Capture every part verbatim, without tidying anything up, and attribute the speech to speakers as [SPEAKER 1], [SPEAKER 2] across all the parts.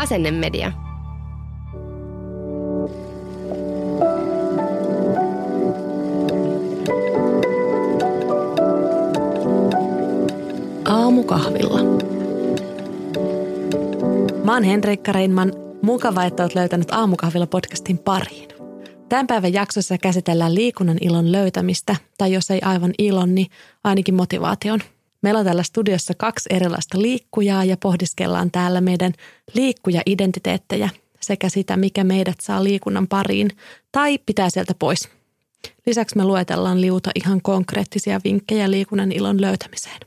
[SPEAKER 1] Asennemedia.
[SPEAKER 2] Aamukahvilla. Mä oon Henriikka Reinman. Mukava, että oot löytänyt Aamukahvilla-podcastin pariin. Tämän päivän jaksossa käsitellään liikunnan ilon löytämistä, tai jos ei aivan ilon, niin ainakin motivaation. Meillä on täällä studiossa kaksi erilaista liikkujaa ja pohdiskellaan täällä meidän liikkuja-identiteettejä sekä sitä, mikä meidät saa liikunnan pariin tai pitää sieltä pois. Lisäksi me luetellaan liuta ihan konkreettisia vinkkejä liikunnan ilon löytämiseen.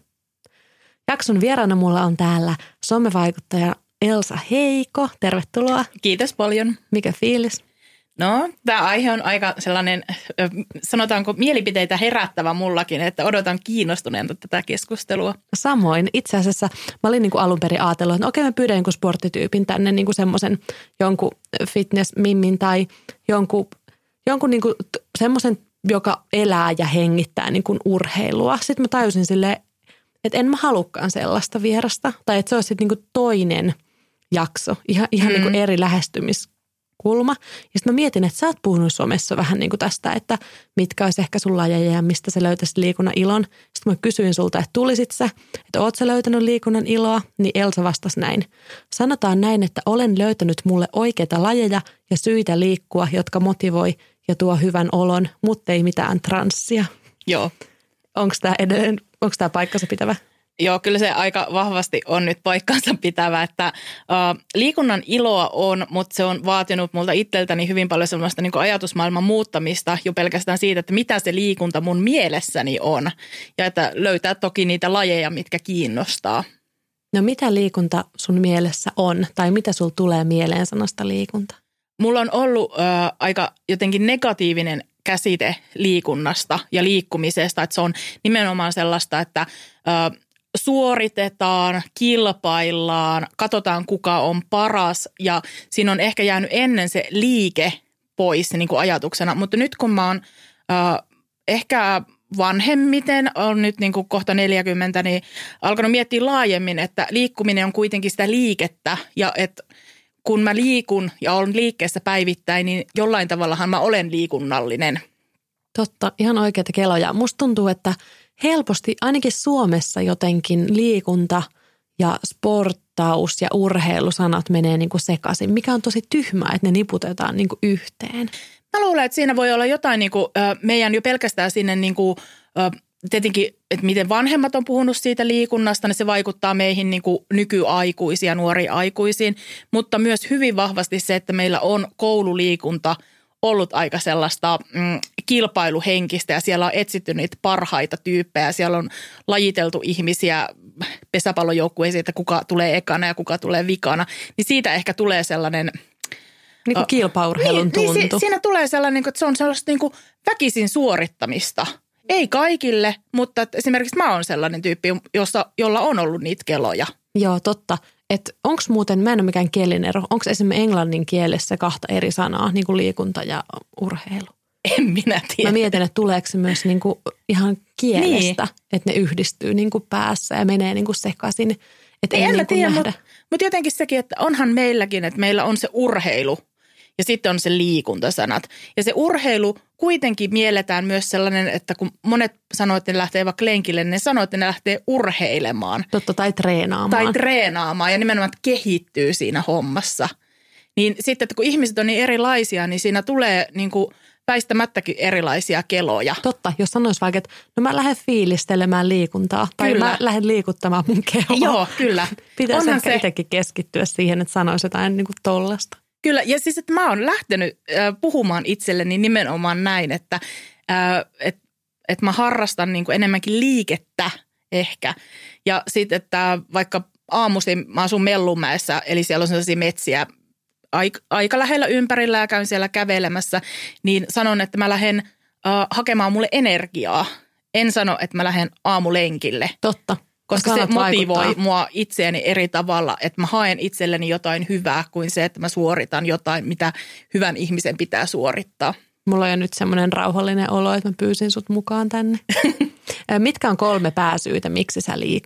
[SPEAKER 2] Jakson vieraana mulla on täällä somevaikuttaja Elsa Heiko. Tervetuloa.
[SPEAKER 3] Kiitos paljon.
[SPEAKER 2] Mikä fiilis?
[SPEAKER 3] No, tämä aihe on aika sellainen, sanotaanko mielipiteitä herättävä mullakin, että odotan kiinnostuneena tätä keskustelua.
[SPEAKER 2] Samoin. Itse asiassa mä olin niin kuin alun perin ajatellut, että okei, mä pyydän jonkun sporttityypin tänne niin kuin semmoisen jonkun fitness-mimmin tai jonkun, jonkun niin kuin semmoisen, joka elää ja hengittää niin kuin urheilua. Sitten mä tajusin silleen, että en mä halukkaan sellaista vierasta tai että se olisi sitten niin kuin toinen jakso, ihan, ihan mm. niin kuin eri lähestymiskulma. Ja sitten mä mietin, että sä oot puhunut somessa vähän niin kuin tästä, että mitkä olisi ehkä sun lajeja ja mistä sä löytäisit liikunnan ilon. Sitten mä kysyin sulta, että tulisit sä, että oot sä löytänyt liikunnan iloa, niin Elsa vastasi näin. Sanotaan näin, että olen löytänyt mulle oikeita lajeja ja syitä liikkua, jotka motivoi ja tuo hyvän olon, mutta ei mitään transsia.
[SPEAKER 3] Joo.
[SPEAKER 2] Onko tämä edelleen, onko tämä paikkansa pitävä?
[SPEAKER 3] Joo, kyllä se aika vahvasti on nyt paikkansa pitävä, että uh, liikunnan iloa on, mutta se on vaatinut multa itseltäni hyvin paljon sellaista niin kuin ajatusmaailman muuttamista jo pelkästään siitä, että mitä se liikunta mun mielessäni on ja että löytää toki niitä lajeja, mitkä kiinnostaa.
[SPEAKER 2] No mitä liikunta sun mielessä on tai mitä sul tulee mieleen sanasta liikunta?
[SPEAKER 3] Mulla on ollut uh, aika jotenkin negatiivinen käsite liikunnasta ja liikkumisesta, että se on nimenomaan sellaista, että uh, suoritetaan, kilpaillaan, katsotaan kuka on paras ja siinä on ehkä jäänyt ennen se liike pois niin kuin ajatuksena. Mutta nyt kun mä oon äh, ehkä vanhemmiten, on nyt niin kuin kohta neljäkymmentä, niin alkanut miettiä laajemmin, että liikkuminen on kuitenkin sitä liikettä ja että kun mä liikun ja olen liikkeessä päivittäin, niin jollain tavallahan mä olen liikunnallinen.
[SPEAKER 2] Totta, ihan oikeita keloja. Musta tuntuu, että helposti ainakin Suomessa jotenkin liikunta ja sporttaus ja urheilusanat menee niin kuin sekaisin, mikä on tosi tyhmää, että ne niputetaan niin kuin yhteen.
[SPEAKER 3] Mä luulen, että siinä voi olla jotain niin kuin, meidän jo pelkästään sinne niin kuin, tietenkin, että miten vanhemmat on puhunut siitä liikunnasta, niin se vaikuttaa meihin niin kuin nykyaikuisiin ja nuoriin aikuisiin, mutta myös hyvin vahvasti se, että meillä on koululiikunta ollut aika sellaista mm, kilpailuhenkistä ja siellä on etsitty niitä parhaita tyyppejä. Siellä on lajiteltu ihmisiä pesäpallojoukkueisiin, että kuka tulee ekana ja kuka tulee vikana. Niin siitä ehkä tulee sellainen
[SPEAKER 2] niin kuin kilpaurheilun
[SPEAKER 3] niin,
[SPEAKER 2] tuntu.
[SPEAKER 3] Niin, si, siinä tulee sellainen, että se on sellaista niin kuin väkisin suorittamista. Ei kaikille, mutta esimerkiksi mä oon sellainen tyyppi, jossa, jolla on ollut niitä keloja.
[SPEAKER 2] Joo, totta. Että onko muuten, mä en ole mikään kielinen, onko esimerkiksi englannin kielessä kahta eri sanaa, niin kuin liikunta ja urheilu?
[SPEAKER 3] En minä tiedä.
[SPEAKER 2] Mä mietin, että tuleeko se myös niin kuin ihan kielestä, niin. Että ne yhdistyy niin kuin päässä ja menee niin kuin sekaisin. Että ei, ei niin kuin nähdä.
[SPEAKER 3] Mutta mut jotenkin sekin, että onhan meilläkin, että meillä on se urheilu ja sitten on se liikuntasanat. Ja se urheilu kuitenkin mielletään myös sellainen, että kun monet sanoo, että ne lähtee vaikka lenkille, ne sanoo, että ne lähtee urheilemaan.
[SPEAKER 2] Totta, tai treenaamaan.
[SPEAKER 3] Tai treenaamaan ja nimenomaan että kehittyy siinä hommassa. Niin sitten, että kun ihmiset on niin erilaisia, niin siinä tulee niin kuin väistämättäkin erilaisia keloja.
[SPEAKER 2] Totta, jos sanoisi vaikka, että no mä lähden fiilistelemään liikuntaa tai kyllä. Mä lähden liikuttamaan mun kehoa.
[SPEAKER 3] Joo, kyllä.
[SPEAKER 2] Pitäisi ehkä se itsekin keskittyä siihen, että sanoisi jotain niin kuin tollasta.
[SPEAKER 3] Kyllä, ja siis että mä oon lähtenyt äh, puhumaan itselleni nimenomaan näin, että äh, et, et mä harrastan niin kuin enemmänkin liikettä ehkä. Ja sitten, että vaikka aamuisin mä asun Mellunmäessä, eli siellä on sellaisia metsiä aika, aika lähellä ympärillä ja käyn siellä kävelemässä, niin sanon, että mä lähden äh, hakemaan mulle energiaa. En sano, että mä lähden aamulenkille.
[SPEAKER 2] Totta.
[SPEAKER 3] Koska se motivoi vaikuttaa mua itseäni eri tavalla, että mä haen itselleni jotain hyvää kuin se, että mä suoritan jotain, mitä hyvän ihmisen pitää suorittaa.
[SPEAKER 2] Mulla on jo nyt semmoinen rauhallinen olo, että mä pyysin sut mukaan tänne. Mitkä on kolme pääsyytä, miksi sä liikut?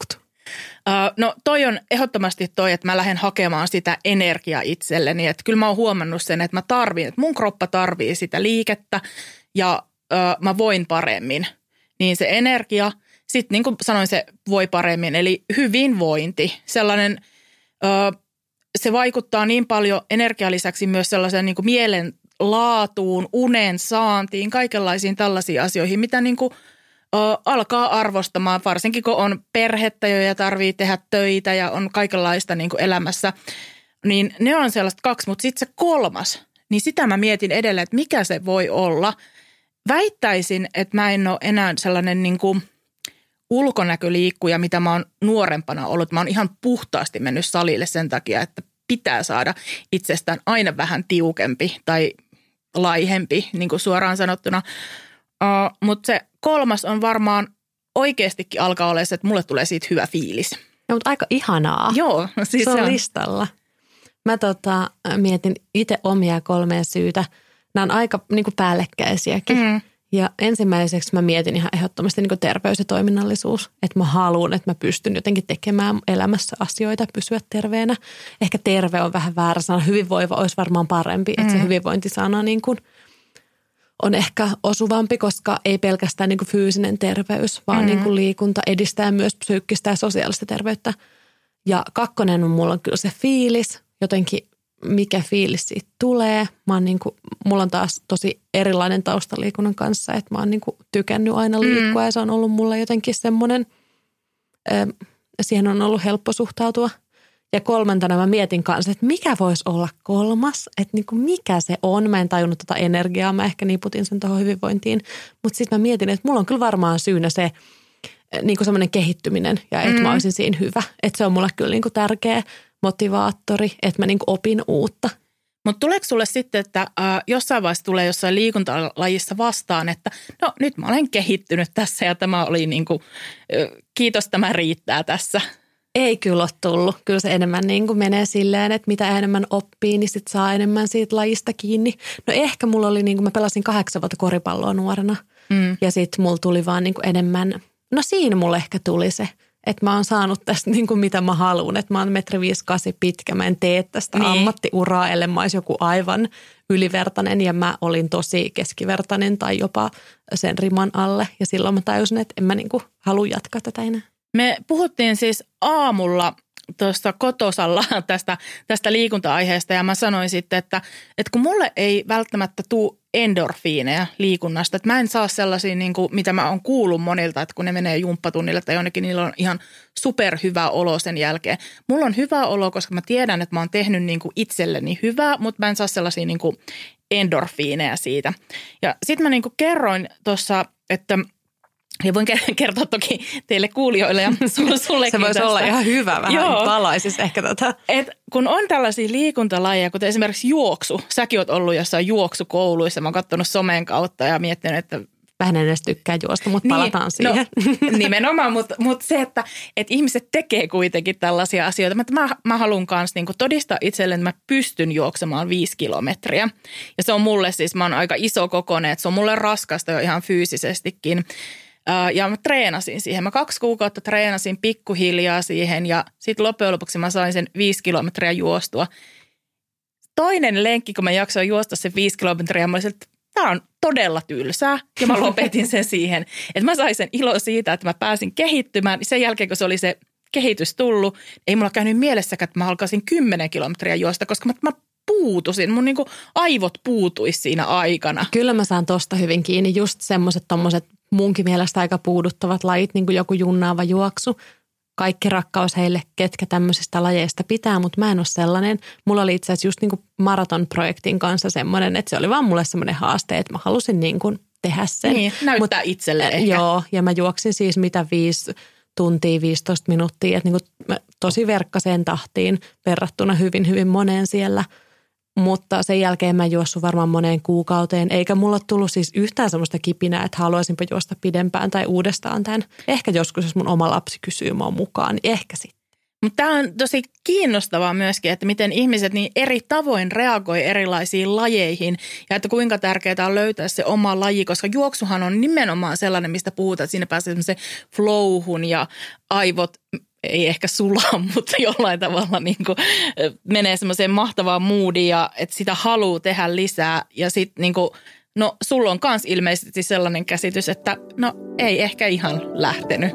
[SPEAKER 3] No toi on ehdottomasti toi, että mä lähden hakemaan sitä energiaa itselleni. Että kyllä mä oon huomannut sen, että mä tarvin, että mun kroppa tarvii sitä liikettä ja ö, mä voin paremmin. Niin se energia, sitten niin kuin sanoin, se voi paremmin, eli hyvinvointi, sellainen, ö, se vaikuttaa niin paljon energian lisäksi myös sellaisen niin kuin mielen laatuun, unen saantiin, kaikenlaisiin tällaisiin asioihin, mitä niin kuin alkaa arvostamaan, varsinkin kun on perhettä jo ja tarvii tehdä töitä ja on kaikenlaista niin kuin elämässä, niin ne on sellaista kaksi, mutta sitten se kolmas, niin sitä mä mietin edelleen, että mikä se voi olla. Väittäisin, että mä en ole enää sellainen niin kuin ulkonäköliikkuja, mitä mä oon nuorempana ollut. Mä oon ihan puhtaasti mennyt salille sen takia, että pitää saada itsestään aina vähän tiukempi tai laihempi, niin kuin suoraan sanottuna. Uh, mutta se kolmas on varmaan oikeastikin alkaa olla se, että mulle tulee siitä hyvä fiilis.
[SPEAKER 2] No, mutta aika ihanaa.
[SPEAKER 3] Joo, siis
[SPEAKER 2] se on,
[SPEAKER 3] se on
[SPEAKER 2] listalla. Mä tota, mietin itse omia kolmea syytä. Nämä on aika niin kuin päällekkäisiäkin. Mm. Ja ensimmäiseksi mä mietin ihan ehdottomasti niin kuin terveys ja toiminnallisuus. Että mä haluan, että mä pystyn jotenkin tekemään elämässä asioita, pysyä terveenä. Ehkä terve on vähän väärä sana. Hyvinvoiva olisi varmaan parempi, että se hyvinvointisana niin kuin on ehkä osuvampi, koska ei pelkästään niin kuin fyysinen terveys, vaan mm-hmm. niin kuin liikunta edistää myös psyykkistä ja sosiaalista terveyttä. Ja kakkonen on mulla on kyllä se fiilis, jotenkin mikä fiilis siitä tulee. Mä oon niin kuin, mulla on taas tosi erilainen tausta liikunnan kanssa, että mä oon niin kuin tykännyt aina liikkua mm-hmm. ja se on ollut mulla jotenkin semmoinen, äh, siihen on ollut helppo suhtautua. Ja kolmantena mä mietin kanssa, että mikä voisi olla kolmas, että niin kuin mikä se on. Mä en tajunnut tota energiaa, mä ehkä niputin sen tuohon hyvinvointiin. Mutta sitten mä mietin, että mulla on kyllä varmaan syynä se niin kuin semmoinen kehittyminen ja että mm. mä olisin siinä hyvä. Että se on mulle kyllä niin kuin tärkeä motivaattori, että mä niin kuin opin uutta.
[SPEAKER 3] Mutta tuleeko sulle sitten, että äh, jossain vaiheessa tulee jossain liikuntalajissa vastaan, että no nyt mä olen kehittynyt tässä ja tämä oli niin kuin, äh, kiitos tämä riittää tässä.
[SPEAKER 2] Ei kyllä ole tullut. Kyllä se enemmän niin kuin menee silleen, että mitä enemmän oppii, niin sit saa enemmän siitä lajista kiinni. No ehkä mulla oli niin kuin, mä pelasin kahdeksan vuotta koripalloa nuorena. Mm. Ja sit mulla tuli vaan niin kuin enemmän, no siinä mulla ehkä tuli se, että mä oon saanut tästä niin kuin mitä mä haluan. Että mä oon metri viisikymmentäkahdeksan pitkä, mä en tee tästä niin ammattiuraa, ellei mä olisi joku aivan ylivertainen. Ja mä olin tosi keskivertainen tai jopa sen riman alle. Ja silloin mä tajusin, että en mä niin kuin halua jatkaa tätä enää.
[SPEAKER 3] Me puhuttiin siis aamulla tuossa kotosalla tästä, tästä liikunta-aiheesta ja mä sanoin sitten, että, että kun mulle ei välttämättä tule endorfiineja liikunnasta, että mä en saa sellaisia, niin kuin, mitä mä oon kuullut monilta, että kun ne menee jumppatunnille tai jonnekin, niillä on ihan superhyvä olo sen jälkeen. Mulla on hyvä olo, koska mä tiedän, että mä oon tehnyt niin kuin itselleni hyvää, mutta mä en saa sellaisia niin kuin endorfiineja siitä. Ja sitten mä niin kuin kerroin tuossa, että ja voin kertoa toki teille kuulijoille ja sullekin
[SPEAKER 2] Se voisi
[SPEAKER 3] tästä.
[SPEAKER 2] olla ihan hyvä, vähän Joo. palaisis ehkä tätä.
[SPEAKER 3] Et kun on tällaisia liikuntalajeja, kuten esimerkiksi juoksu, säkin oot ollut jossain juoksukouluissa, mä oon katsonut somen kautta ja miettinyt, että
[SPEAKER 2] vähän en edes tykkää juosta, mutta niin, palataan siihen.
[SPEAKER 3] No, nimenomaan, mutta, mutta se, että, että ihmiset tekee kuitenkin tällaisia asioita. Mä, mä, mä haluan kanssa niin kuin todistaa itselleni, että mä pystyn juoksemaan viisi kilometriä. Ja se on mulle siis, mä oon aika iso kokoinen, että se on mulle raskasta jo ihan fyysisestikin. Ja mä treenasin siihen. Mä kaksi kuukautta treenasin pikkuhiljaa siihen ja sitten loppujen lopuksi mä sain sen viisi kilometriä juostua. Toinen lenkki, kun mä jaksoin juosta sen viisi kilometriä, mä olisin, että tämä on todella tylsää ja mä lopetin sen siihen. Että mä sain sen ilo siitä, että mä pääsin kehittymään. Sen jälkeen, kun se oli se kehitys tullut, ei mulla käynyt mielessäkään, että mä alkaisin kymmenen kilometriä juosta, koska mä, mä puutusin. Mun niinku aivot puutuisi siinä aikana.
[SPEAKER 2] Kyllä mä saan tosta hyvin kiinni. Just semmoiset tommoset munkin mielestä aika puuduttavat lajit, niin kuin joku junnaava juoksu. Kaikki rakkaus heille, ketkä tämmöisistä lajeista pitää, mutta mä en ole sellainen. Mulla oli itse asiassa just niin kuin maratonprojektin kanssa semmoinen, että se oli vaan mulle semmoinen haaste, että mä halusin niin kuin tehdä sen.
[SPEAKER 3] Niin, näyttää Mut, itselle ehkä.
[SPEAKER 2] Joo, ja mä juoksin siis mitä viisi tuntia, viisitoista minuuttia, että niin kuin tosi verkkaseen tahtiin verrattuna hyvin, hyvin moneen siellä. Mutta sen jälkeen mä en juossut varmaan moneen kuukauteen, eikä mulla tullut siis yhtään semmoista kipinää, että haluaisinpa juosta pidempään tai uudestaan tämän. Ehkä joskus, jos mun oma lapsi kysyy mua mukaan, niin ehkä sitten.
[SPEAKER 3] Mutta tämä on tosi kiinnostavaa myöskin, että miten ihmiset niin eri tavoin reagoi erilaisiin lajeihin ja että kuinka tärkeää on löytää se oma laji, koska juoksuhan on nimenomaan sellainen, mistä puhutaan, että siinä pääsee semmoiseen flowhun ja aivot ei ehkä sulaa, mutta jollain tavalla niin kuin menee semmoiseen mahtavaan moodiin ja että sitä haluaa tehdä lisää. Ja sitten niin kuin, no sulla on myös ilmeisesti sellainen käsitys, että no ei ehkä ihan lähtenyt.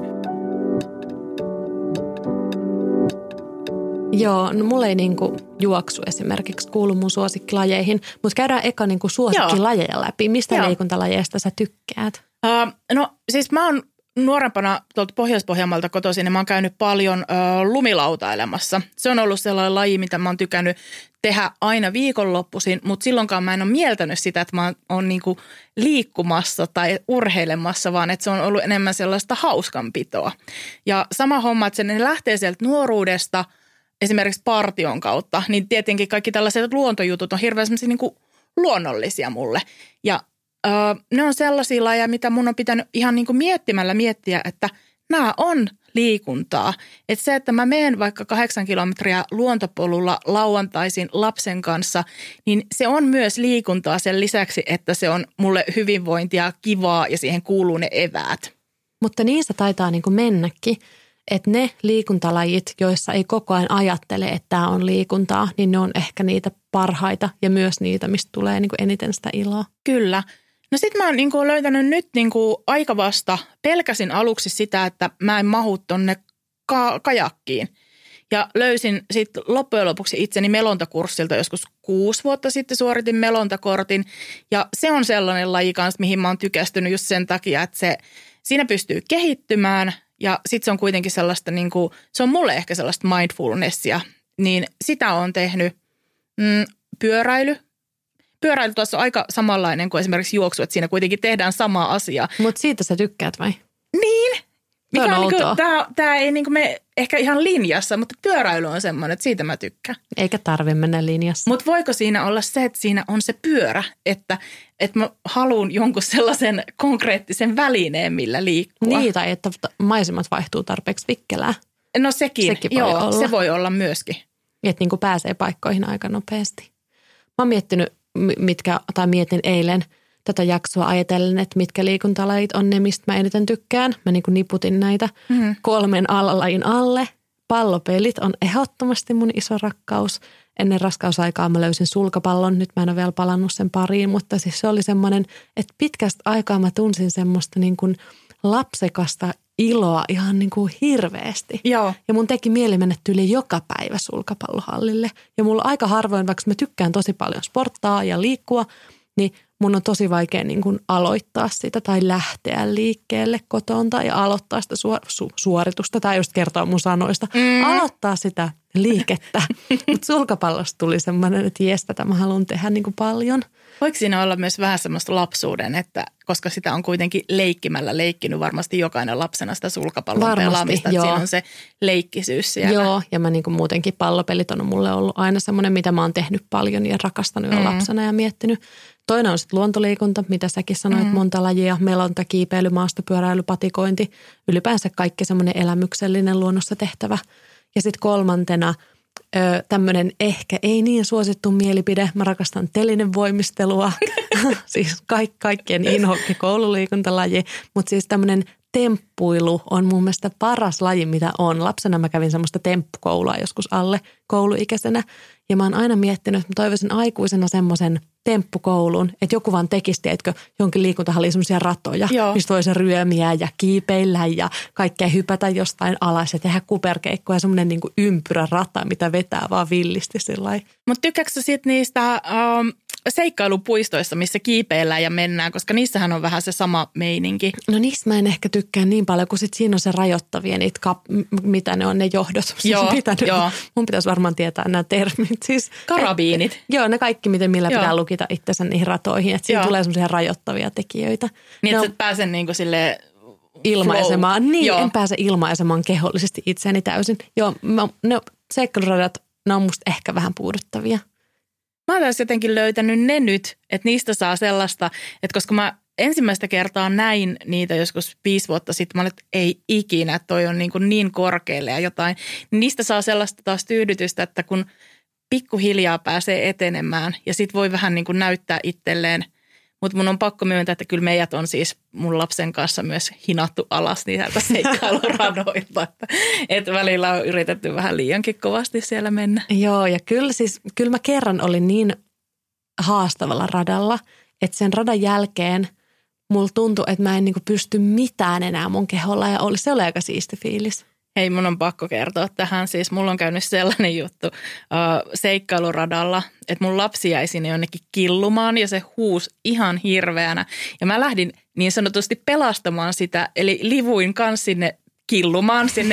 [SPEAKER 2] Joo, no mulla ei niinku juoksu esimerkiksi kuulu mun suosikkilajeihin, mutta käydään eka niinku suosikkilajeja läpi. Mistä Joo. liikuntalajeista sä tykkäät?
[SPEAKER 3] Uh, no siis mä oon nuorempana tuolta Pohjois-Pohjanmaalta kotoisin ja mä oon käynyt paljon uh, lumilautailemassa. Se on ollut sellainen laji, mitä mä oon tykännyt tehdä aina viikonloppuisin, mutta silloinkaan mä en ole mieltänyt sitä, että mä oon, oon niinku liikkumassa tai urheilemassa, vaan että se on ollut enemmän sellaista hauskanpitoa. Ja sama homma, että se ne lähtee sieltä nuoruudesta – esimerkiksi partion kautta, niin tietenkin kaikki tällaiset luontojutut on hirveän semmoisia niin kuin luonnollisia mulle. Ja öö, ne on sellaisia lajeja, mitä mun on pitänyt ihan niin kuin miettimällä miettiä, että nämä on liikuntaa. Että se, että mä menen vaikka kahdeksan kilometriä luontopolulla lauantaisin lapsen kanssa, niin se on myös liikuntaa sen lisäksi, että se on mulle hyvinvointia, kivaa ja siihen kuuluu ne eväät.
[SPEAKER 2] Mutta niistä taitaa niin kuin mennäkin. Että ne liikuntalajit, joissa ei koko ajan ajattele, että tämä on liikuntaa, niin ne on ehkä niitä parhaita ja myös niitä, mistä tulee niin kuin eniten sitä iloa.
[SPEAKER 3] Kyllä. No sit mä oon niin kuin löytänyt nyt niin kuin aika vasta, pelkäsin aluksi sitä, että mä en mahu tonne ka- kajakkiin. Ja löysin sitten loppujen lopuksi itseni melontakurssilta joskus kuusi vuotta sitten suoritin melontakortin. Ja se on sellainen laji kanssa, mihin mä oon tykästynyt just sen takia, että se, siinä pystyy kehittymään. Ja sitten se on kuitenkin sellaista, niin kuin, se on mulle ehkä sellaista mindfulnessia, niin sitä on tehnyt mm, pyöräily. Pyöräily tuossa on aika samanlainen kuin esimerkiksi juoksu, että siinä kuitenkin tehdään samaa asiaa.
[SPEAKER 2] Mutta siitä sä tykkäät vai?
[SPEAKER 3] Niin. Mikä
[SPEAKER 2] on
[SPEAKER 3] on
[SPEAKER 2] outoa.
[SPEAKER 3] Niin tämä, tämä ei niin kuin me ehkä ihan linjassa, mutta pyöräily on semmoinen, että siitä mä tykkään.
[SPEAKER 2] Eikä tarvitse mennä linjassa.
[SPEAKER 3] Mutta voiko siinä olla se, että siinä on se pyörä, että, että mä haluan jonkun sellaisen konkreettisen välineen, millä liikkua.
[SPEAKER 2] Niin, tai että maisemat vaihtuu tarpeeksi vikkelää.
[SPEAKER 3] No sekin,
[SPEAKER 2] Sekin voi
[SPEAKER 3] joo,
[SPEAKER 2] olla.
[SPEAKER 3] se voi olla myöskin.
[SPEAKER 2] Että niin kuin pääsee paikkoihin aika nopeasti. Mä oon miettinyt, mitkä, tai mietin eilen tätä jaksoa ajatellen, että mitkä liikuntalajit on ne, mistä mä eniten tykkään. Mä niin kuin niputin näitä mm-hmm. kolmen alalajin alle. Pallopelit on ehdottomasti mun iso rakkaus. Ennen raskausaikaa mä löysin sulkapallon. Nyt mä en ole vielä palannut sen pariin, mutta siis se oli semmoinen, että pitkästä aikaa mä tunsin semmoista niin kuin lapsekasta iloa ihan niin kuin hirveästi.
[SPEAKER 3] Joo.
[SPEAKER 2] Ja mun teki mieli mennä yli joka päivä sulkapallohallille. Ja mulla aika harvoin, vaikka mä tykkään tosi paljon sporttaa ja liikkua, niin mun on tosi vaikea niin kuin aloittaa sitä tai lähteä liikkeelle kotonta ja aloittaa sitä su- su- suoritusta. Tai just kertoo mun sanoista. Mm. Aloittaa sitä liikettä. Mutta sulkapallosta tuli semmoinen, että jes, tätä mä haluan tehdä niin kuin paljon.
[SPEAKER 3] Voiko siinä olla myös vähän semmoista lapsuuden, että koska sitä on kuitenkin leikkimällä leikkinyt varmasti jokainen lapsena sitä sulkapallon varmasti, pelaamista, että siinä on se leikkisyys siellä.
[SPEAKER 2] Joo, ja mä niin kuin muutenkin pallopelit on mulle ollut aina semmoinen, mitä mä oon tehnyt paljon ja rakastanut jo mm. lapsena ja miettinyt. Toinen on sitten luontoliikunta, mitä säkin sanoit, mm. monta lajia, melonta, kiipeily, maastopyöräily, patikointi, ylipäänsä kaikki semmoinen elämyksellinen luonnossa tehtävä. Ja sitten kolmantena tämmöinen ehkä ei niin suosittu mielipide. Mä rakastan telinevoimistelua, siis kaik, kaikkien inhokki koululiikuntalaji, mutta siis tämmöinen temppuilu on mun mielestä paras laji, mitä on. Lapsena mä kävin semmoista temppukoulua joskus alle kouluikäisenä ja mä oon aina miettinyt, että mä toivoisin aikuisena semmoisen temppukoulun, että joku vaan tekisi, tiedätkö, jonkin liikuntahallin semmoisia ratoja, Joo. mistä voisi ryömiä ja kiipeillä ja kaikkea hypätä jostain alas ja tehdä kuperkeikkoja ja semmoinen niin kuin ympyrä rata, mitä vetää vaan villisti sillai.
[SPEAKER 3] Mutta tykkääkö sä sitten niistä um, seikkailupuistoissa, missä kiipeillään ja mennään, koska niissähän on vähän se sama meininki?
[SPEAKER 2] No niistä mä en ehkä tykkää niin paljon, kun sit siinä on se rajoittavia, niitä kap, mitä ne on ne johdot.
[SPEAKER 3] Joo,
[SPEAKER 2] mitä ne
[SPEAKER 3] joo.
[SPEAKER 2] On. Mun pitäisi varmaan tietää nämä termit. Siis,
[SPEAKER 3] Karabiinit.
[SPEAKER 2] Et, joo, ne kaikki, miten millä joo. pitää lukita itsensä niihin ratoihin, että siinä joo. tulee semmoisia rajoittavia tekijöitä.
[SPEAKER 3] Niin,
[SPEAKER 2] no,
[SPEAKER 3] että sä et pääse niin kuin silleen
[SPEAKER 2] ilmaisemaan.
[SPEAKER 3] Flow.
[SPEAKER 2] Niin,
[SPEAKER 3] joo.
[SPEAKER 2] en pääse ilmaisemaan kehollisesti itseäni täysin. Joo, mä, ne seikkailuradat, ne on musta ehkä vähän puuduttavia.
[SPEAKER 3] Mä oon taas jotenkin löytänyt ne nyt, että niistä saa sellaista, että koska mä ensimmäistä kertaa näin niitä joskus viisi vuotta sitten, mä olin, että ei ikinä, että toi on niin, kuin niin korkealle ja jotain. Niin niistä saa sellaista taas tyydytystä, että kun pikkuhiljaa pääsee etenemään ja sit voi vähän niin kuin näyttää itselleen Mutta mun on pakko myöntää, että kyllä meidät on siis mun lapsen kanssa myös hinattu alas niiltä seikkailuradoilta. Että, että välillä on yritetty vähän liiankin kovasti siellä mennä.
[SPEAKER 2] Joo, ja kyllä siis, kyllä mä kerran olin niin haastavalla radalla, että sen radan jälkeen mulla tuntui, että mä en niinku pysty mitään enää mun keholla ja oli, se oli aika siisti fiilis.
[SPEAKER 3] Hei, mun on pakko kertoa tähän. Siis mulla on käynyt sellainen juttu äh, seikkailuradalla, että mun lapsi jäi sinne jonnekin killumaan ja se huusi ihan hirveänä. Ja mä lähdin niin sanotusti pelastamaan sitä, eli livuin kanssa sinne killumaan sinne,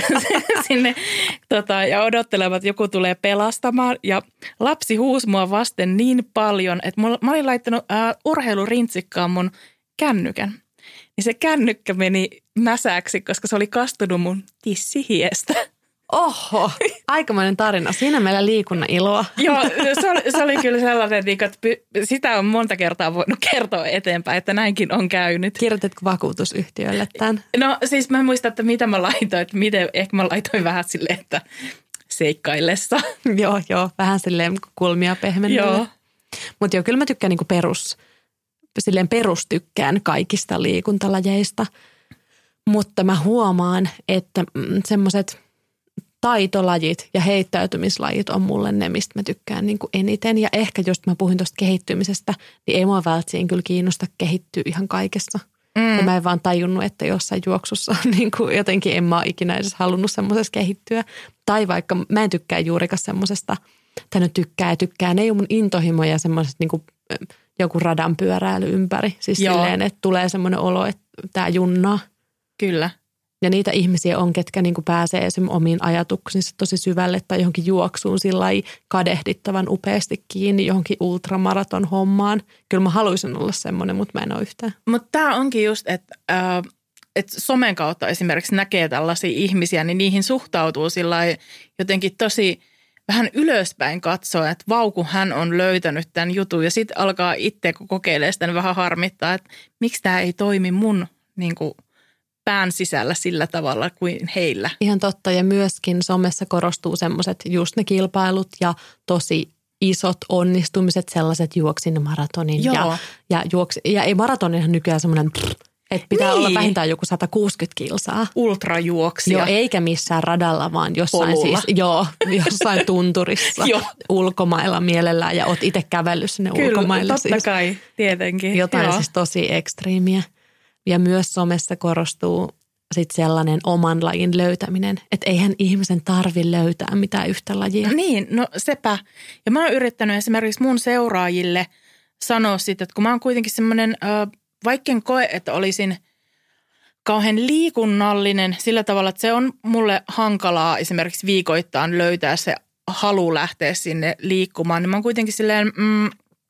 [SPEAKER 3] sinne tota, ja odottelevat, että joku tulee pelastamaan. Ja lapsi huusi mua vasten niin paljon, että mulla, mä olin laittanut äh, urheilurintsikkaan mun kännykän. Niin se kännykkä meni mäsäksi, koska se oli kastunut mun tissihiestä.
[SPEAKER 2] Oho, aikamoinen tarina. Siinä meillä liikunnan iloa.
[SPEAKER 3] Joo, se oli, se oli kyllä sellainen, että sitä on monta kertaa voinut kertoa eteenpäin, että näinkin on käynyt.
[SPEAKER 2] Kirjoitatko vakuutusyhtiölle tämän?
[SPEAKER 3] No siis mä muistan, että mitä mä laitoin, että miten, ehkä mä laitoin vähän silleen, että seikkaillessa.
[SPEAKER 2] Joo, joo, vähän silleen kulmia pehmennellä.
[SPEAKER 3] Joo.
[SPEAKER 2] Mutta joo, kyllä mä tykkään niinku perus, silleen perustykkään kaikista liikuntalajeista. Mutta mä huomaan, että semmoiset taitolajit ja heittäytymislajit on mulle ne, mistä mä tykkään niin kuin eniten. Ja ehkä just mä puhuin tuosta kehittymisestä, niin ei mua välttämättä kyllä kiinnosta kehittyä ihan kaikessa. Mm. Ja mä en vaan tajunnut, että jossain juoksussa niin kuin jotenkin en mä ole ikinä edes halunnut semmoisessa kehittyä. Tai vaikka mä en tykkää juurikaan semmoisesta, tai nyt tykkää ja tykkää. Ne ei ole mun intohimoja semmoisesta niin kuin joku radan pyöräily ympäri. Siis Joo. silleen, että tulee semmoinen olo, että tää junnaa.
[SPEAKER 3] Kyllä.
[SPEAKER 2] Ja niitä ihmisiä on, ketkä niin kuin pääsee esimerkiksi omiin ajatuksiinsa tosi syvälle tai johonkin juoksuun sillä kadehdittavan upeasti kiinni johonkin ultramaraton hommaan. Kyllä mä haluaisin olla semmoinen, mutta mä en ole yhtään.
[SPEAKER 3] Mutta tämä onkin just, että äh, et somen kautta esimerkiksi näkee tällaisia ihmisiä, niin niihin suhtautuu sillä jotenkin tosi vähän ylöspäin katsoa, että vau, kun hän on löytänyt tämän jutun. Ja sitten alkaa itse, kun kokeilee sitä, niin vähän harmittaa, että miksi tämä ei toimi mun niin kuin pään sisällä sillä tavalla kuin heillä. Ihan
[SPEAKER 2] totta, ja myöskin somessa korostuu semmoiset just ne kilpailut ja tosi isot onnistumiset, sellaiset juoksin maratonin. Ja, ja, juoksi, ja ei maratoninhan nykyään semmoinen, että pitää niin olla vähintään joku sata kuusikymmentä kilsaa.
[SPEAKER 3] Ultrajuoksija.
[SPEAKER 2] Joo, eikä missään radalla, vaan jossain Polulla. siis, joo, jossain tunturissa ulkomailla mielellään ja oot itse kävellyt sinne
[SPEAKER 3] Kyllä,
[SPEAKER 2] ulkomaille.
[SPEAKER 3] totta
[SPEAKER 2] siis.
[SPEAKER 3] kai, tietenkin.
[SPEAKER 2] Jotain
[SPEAKER 3] joo.
[SPEAKER 2] siis tosi ekstriimiä. Ja myös somessa korostuu sitten sellainen oman lajin löytäminen, että eihän ihmisen tarvi löytää mitään yhtä lajia.
[SPEAKER 3] Niin, no sepä. Ja mä oon yrittänyt esimerkiksi mun seuraajille sanoa sitten, että kun mä oon kuitenkin semmoinen, vaikka en koe, että olisin kauhean liikunnallinen sillä tavalla, että se on mulle hankalaa esimerkiksi viikoittain löytää se halu lähteä sinne liikkumaan, niin mä oon kuitenkin silleen Mm,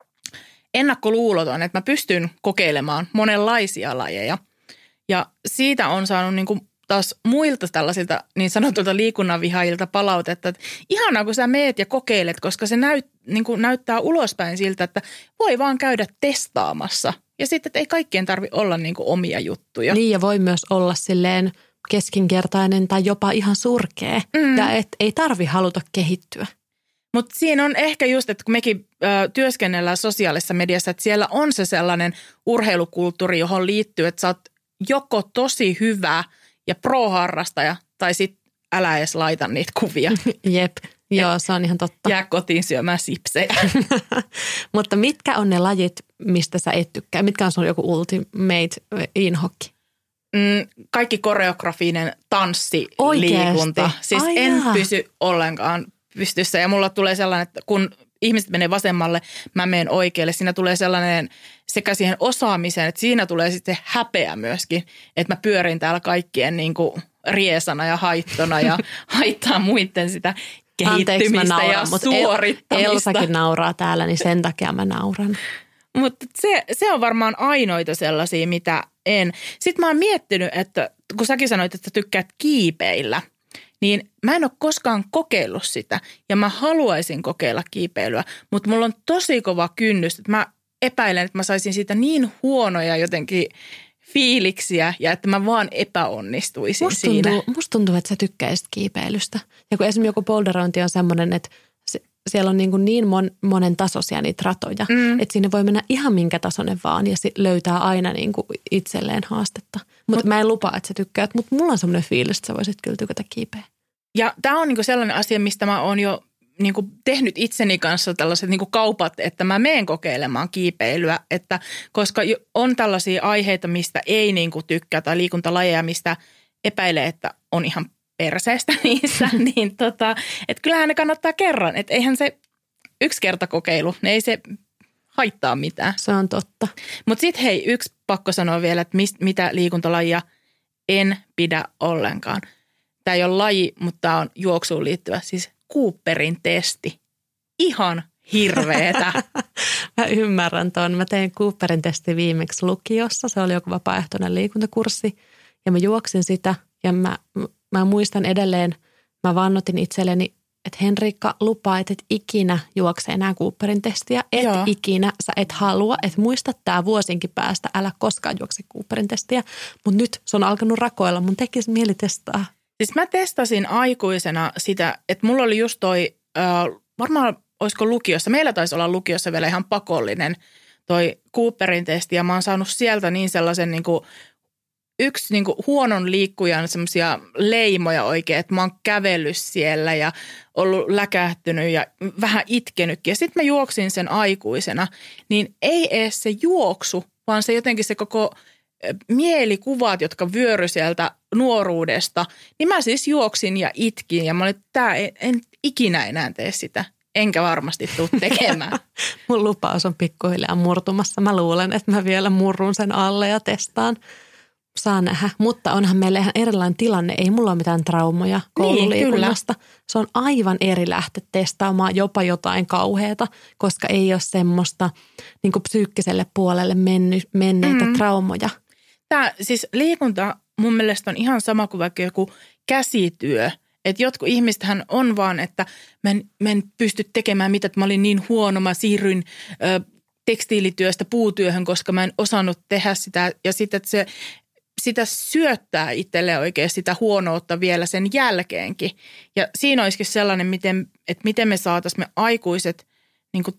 [SPEAKER 3] ennakkoluuloton, että mä pystyn kokeilemaan monenlaisia lajeja. Ja siitä on saanut niin kuin taas muilta tällaisilta niin sanotulta liikunnanvihaajilta palautetta, että ihanaa kun sä meet ja kokeilet, koska se näyt, niin kuin näyttää ulospäin siltä, että voi vaan käydä testaamassa. Ja sitten, että ei kaikkien tarvi olla niin kuin omia juttuja.
[SPEAKER 2] Niin ja voi myös olla silleen keskinkertainen tai jopa ihan surkea mm. ja et ei tarvi haluta kehittyä.
[SPEAKER 3] Mutta siinä on ehkä just, että kun mekin ö, työskennellään sosiaalisessa mediassa, että siellä on se sellainen urheilukulttuuri, johon liittyy, että sä oot joko tosi hyvä ja pro-harrastaja tai sitten älä edes laita niitä kuvia.
[SPEAKER 2] Jep, joo se on ihan totta.
[SPEAKER 3] Jää kotiin syömään sipsejä.
[SPEAKER 2] Mutta mitkä on ne lajit, mistä sä et tykkää? Mitkä on sun joku ultimate inhokki?
[SPEAKER 3] Mm, kaikki koreografinen tanssiliikunta. Siis Ai en jaa. pysy ollenkaan pystyssä ja mulla tulee sellainen, että kun ihmiset menee vasemmalle, mä menen oikealle. Siinä tulee sellainen sekä siihen osaamiseen, että siinä tulee sitten häpeä myöskin, että mä pyörin täällä kaikkien niin kuin riesana ja haittona ja haittaa muiden sitä kehittymistä nauran, ja suorittamista.
[SPEAKER 2] Elsakin nauraa täällä, niin sen takia mä nauran.
[SPEAKER 3] Mutta se, se on varmaan ainoita sellaisia, mitä en. Sitten mä oon miettinyt, että kun säkin sanoit, että sä tykkäät kiipeillä, niin mä en ole koskaan kokeillut sitä ja mä haluaisin kokeilla kiipeilyä, mutta mulla on tosi kova kynnys, että mä epäilen, että mä saisin siitä niin huonoja jotenkin fiiliksiä ja että mä vaan epäonnistuisin
[SPEAKER 2] musta
[SPEAKER 3] siinä.
[SPEAKER 2] Tuntuu, musta tuntuu, että sä tykkäisit kiipeilystä. Ja kun esimerkiksi joku polderointi on semmoinen, että se, siellä on niin, kuin niin mon, monen tasoisia niitä ratoja, mm. että sinne voi mennä ihan minkä tasoinen vaan ja löytää aina niin kuin itselleen haastetta. Mutta Mut, mä en lupaa, että sä tykkäät, mutta mulla on semmoinen fiilis, että sä voisit kyllä tykätä kiipeä.
[SPEAKER 3] Ja tämä on niin kuin sellainen asia, mistä mä oon jo niin kuin tehnyt itseni kanssa tällaiset niin kuin kaupat, että mä menen kokeilemaan kiipeilyä, että koska on tällaisia aiheita, mistä ei niin kuin tykkää tai liikuntalajeja, mistä epäilee, että on ihan perseestä niissä, niin tota, että kyllähän ne kannattaa kerran, että eihän se yksi kerta kokeilu, ne ei se haittaa mitään.
[SPEAKER 2] Se on totta.
[SPEAKER 3] Mutta sitten hei, yksi pakko sanoa vielä, että mist, mitä liikuntalajia en pidä ollenkaan. Tämä ei ole laji, mutta tämä on juoksuun liittyvä, siis Cooperin testi. Ihan hirveetä.
[SPEAKER 2] Mä ymmärrän ton. Mä tein Cooperin testi viimeksi lukiossa. Se oli joku vapaaehtoinen liikuntakurssi ja mä juoksin sitä ja mä, mä muistan edelleen, mä vannotin itselleni, että Henriikka, lupaa, että et ikinä juokse enää Cooperin testiä. Et Joo. ikinä, sä et halua, että muista tää vuosinkin päästä, älä koskaan juokse Cooperin testiä. Mutta nyt se on alkanut rakoilla, mun tekisi mieli testaa.
[SPEAKER 3] Siis mä testasin aikuisena sitä, että mulla oli just toi, äh, varmaan olisiko lukiossa, meillä taisi olla lukiossa vielä ihan pakollinen toi Cooperin testi ja mä oon saanut sieltä niin sellaisen niin kuin yksi niin kuin huonon liikkujan semmoisia leimoja oikein, että mä oon kävellyt siellä ja ollut läkähtynyt ja vähän itkenytkin. Ja sitten mä juoksin sen aikuisena, niin ei edes se juoksu, vaan se jotenkin se koko mielikuvat, jotka vyöry sieltä nuoruudesta, niin mä siis juoksin ja itkin ja mä olin, että tää en, en ikinä enää tee sitä. Enkä varmasti tule tekemään.
[SPEAKER 2] Mun lupaus on pikkuhiljaa murtumassa. Mä luulen, että mä vielä murrun sen alle ja testaan. Saa nähdä, mutta onhan meillä ihan erilainen tilanne. Ei mulla ole mitään traumoja koululiikunnasta. Niin, se on aivan eri lähteä testaamaan jopa jotain kauheata, koska ei ole semmoista niin kuin psyykkiselle puolelle menny, menneitä mm. traumoja.
[SPEAKER 3] Tämä siis liikunta mun mielestä on ihan sama kuin vaikka joku käsityö. Että jotkut ihmistähän on vaan, että mä en, mä en pysty tekemään mitä, että mä olin niin huono. Mä siirryin ö, tekstiilityöstä puutyöhön, koska mä en osannut tehdä sitä. Ja sitten, että se, sitä syöttää itselle oikein sitä huonoutta vielä sen jälkeenkin. Ja siinä olisikin sellainen, miten, että miten me saataisiin me aikuiset niin kuin,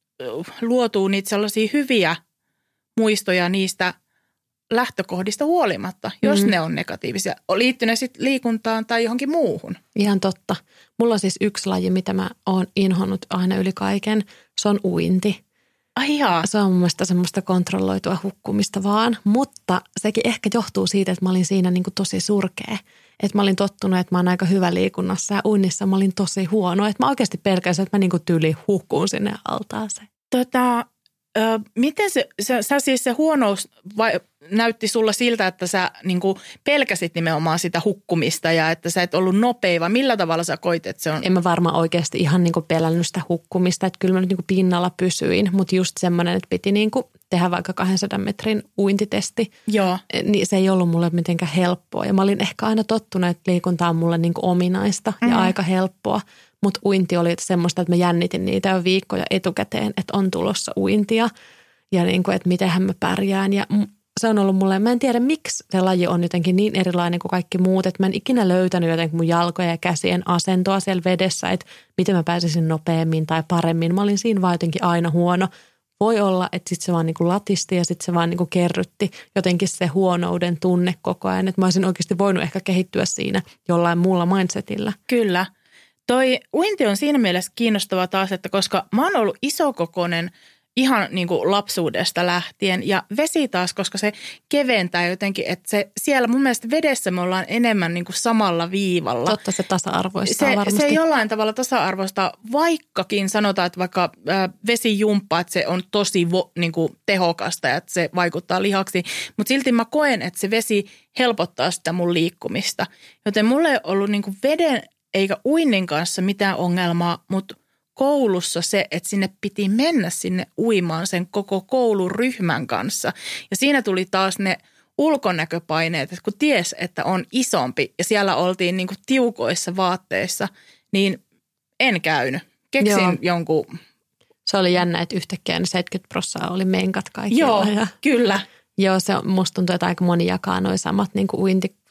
[SPEAKER 3] luotua niitä sellaisia hyviä muistoja niistä lähtökohdista huolimatta, jos mm. ne on negatiivisia. Liittyy ne sitten liikuntaan tai johonkin muuhun.
[SPEAKER 2] Ihan totta. Mulla on siis yksi laji, mitä mä oon inhonnut aina yli kaiken. Se on uinti.
[SPEAKER 3] Ai jaa.
[SPEAKER 2] Se on mun mielestä semmoista kontrolloitua hukkumista vaan, mutta sekin ehkä johtuu siitä, että mä olin siinä niin kuin tosi surkea. Että mä olin tottunut, että mä oon aika hyvä liikunnassa ja uinnissa mä olin tosi huono. Että mä oikeasti pelkäsin, että mä niin kuin tyyliin hukkuun sinne altaaseen.
[SPEAKER 3] Tota, ö, miten se, sä, sä siis se huonous vai, näytti sulla siltä, että sä niin kuin pelkäsit nimenomaan sitä hukkumista ja että sä et ollut nopea, vai millä tavalla sä koit, että se on?
[SPEAKER 2] En mä varmaan oikeasti ihan niin kuin pelännyt sitä hukkumista, että kyllä mä nyt niin kuin pinnalla pysyin, mutta just semmoinen, että piti niin kuin tehdä vaikka kahdensadan metrin uintitesti.
[SPEAKER 3] Joo.
[SPEAKER 2] Niin se ei ollut mulle mitenkään helppoa ja mä olin ehkä aina tottunut, että liikunta on mulle niin kuin ominaista ja mm-hmm. aika helppoa. Mutta uinti oli semmoista, että mä jännitin niitä jo viikkoja etukäteen, että on tulossa uintia ja niin kuin, että mitenhän mä pärjään ja se on ollut mulle, mä en tiedä miksi se laji on jotenkin niin erilainen kuin kaikki muut, että mä en ikinä löytänyt jotenkin mun jalkoja ja käsien asentoa siellä vedessä, että miten mä pääsisin nopeammin tai paremmin. Mä olin siinä vaan jotenkin aina huono. Voi olla, että sitten se vaan niin kuin latisti ja sitten se vaan niin kuin kerrytti jotenkin se huonouden tunne koko ajan, että mä olisin oikeasti voinut ehkä kehittyä siinä jollain muulla mindsetillä.
[SPEAKER 3] Kyllä. Toi uinti on siinä mielessä kiinnostava taas, että koska mä oon ollut isokokoinen ihan niin kuin lapsuudesta lähtien ja vesi taas, koska se keventää jotenkin, että se siellä mun mielestä vedessä me ollaan enemmän niin kuin samalla viivalla.
[SPEAKER 2] Totta, se tasa-arvoistaa
[SPEAKER 3] se,
[SPEAKER 2] varmasti.
[SPEAKER 3] Se jollain tavalla tasa-arvoista, vaikkakin sanotaan, että vaikka äh, vesijumppa, että se on tosi vo, niin kuin tehokasta ja että se vaikuttaa lihaksi, mutta silti mä koen, että se vesi helpottaa sitä mun liikkumista. Joten mulla ei ollut niin kuin veden eikä uinnin kanssa mitään ongelmaa, mutta koulussa se, että sinne piti mennä sinne uimaan sen koko kouluryhmän kanssa. Ja siinä tuli taas ne ulkonäköpaineet, että kun ties, että on isompi ja siellä oltiin niin kuin tiukoissa vaatteissa, niin en käynyt. Keksin Joo. jonkun.
[SPEAKER 2] Se oli jännä, että yhtäkkiä ne seitsemänkymmentä prosenttia oli menkat kaikilla.
[SPEAKER 3] Joo,
[SPEAKER 2] ja...
[SPEAKER 3] kyllä.
[SPEAKER 2] Joo, se on, musta tuntuu, että aika moni jakaa noi samat niin kuin uinti,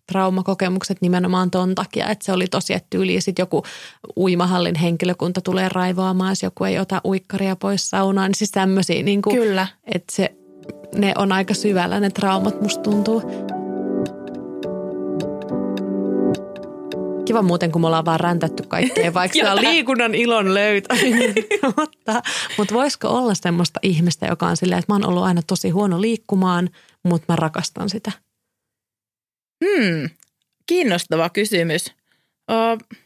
[SPEAKER 2] traumakokemukset nimenomaan ton takia, että se oli tosi, että tyyliin sitten joku uimahallin henkilökunta tulee raivoamaan, jos joku ei ota uikkaria pois saunaan, niin siis tämmöisiä niin kuin,
[SPEAKER 3] Kyllä.
[SPEAKER 2] että se, ne on aika syvällä ne traumat musta tuntuu. Kiva muuten, kun me ollaan vaan räntätty kaikkea, vaikka se on liikunnan ilon löytäminen. mutta, mutta voisiko olla semmoista ihmistä, joka on silleen, että mä oon ollut aina tosi huono liikkumaan, mutta mä rakastan sitä?
[SPEAKER 3] Hmm, kiinnostava kysymys. Uh,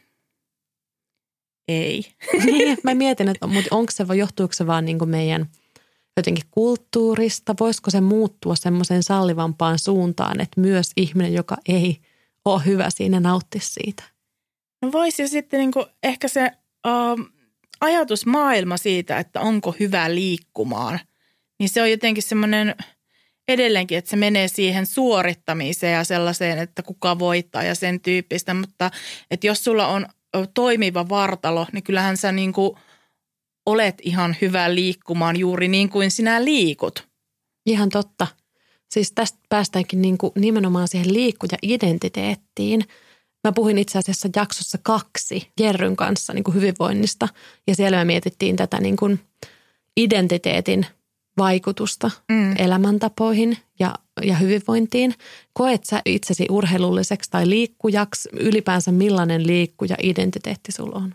[SPEAKER 3] ei.
[SPEAKER 2] Niin, mä mietin, että mutta onko se, johtuuko se vaan niin kuin meidän jotenkin kulttuurista? Voisiko se muuttua semmoiseen sallivampaan suuntaan, että myös ihminen, joka ei ole hyvä siinä, nauttisi siitä?
[SPEAKER 3] No voisi sitten niin kuin ehkä se uh, ajatusmaailma siitä, että onko hyvä liikkumaan, niin se on jotenkin semmoinen edelleenkin, että se menee siihen suorittamiseen ja sellaiseen, että kuka voittaa ja sen tyyppistä, mutta että jos sulla on toimiva vartalo, niin kyllähän sä niin kuin olet ihan hyvä liikkumaan juuri niin kuin sinä liikut.
[SPEAKER 2] Ihan totta. Siis tästä päästäänkin niin kuin nimenomaan siihen liikkuja-identiteettiin. Mä puhuin itse asiassa jaksossa kaksi Jerryn kanssa niin kuin hyvinvoinnista ja siellä me mietittiin tätä niin kuin identiteetin vaikutusta mm. elämäntapoihin ja, ja hyvinvointiin. Koet sä itsesi urheilulliseksi tai liikkujaksi? Ylipäänsä millainen liikkuja-identiteetti sulla on?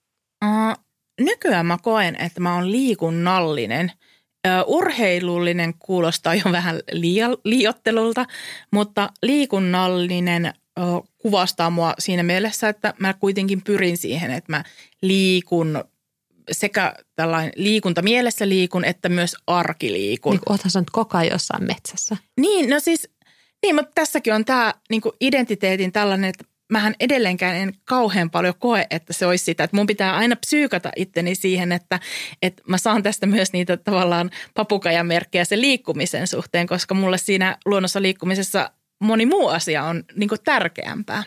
[SPEAKER 3] Uh, nykyään mä koen, että mä oon liikunnallinen. Uh, urheilullinen kuulostaa jo vähän liia, liiottelulta, mutta liikunnallinen uh, kuvastaa mua siinä mielessä, että mä kuitenkin pyrin siihen, että mä liikun sekä tällainen liikunta mielessä liikun, että myös arkiliikun.
[SPEAKER 2] Niin kuin oothan sä nyt koko ajan jossain metsässä.
[SPEAKER 3] Niin, no siis, niin, mutta tässäkin on tämä niin kuin identiteetin tällainen, että mähän edelleenkään en kauhean paljon koe, että se olisi sitä, että mun pitää aina psyykata itteni siihen, että, että mä saan tästä myös niitä tavallaan papukajamerkkejä sen liikkumisen suhteen, koska mulle siinä luonnossa liikkumisessa moni muu asia on niin kuin tärkeämpää.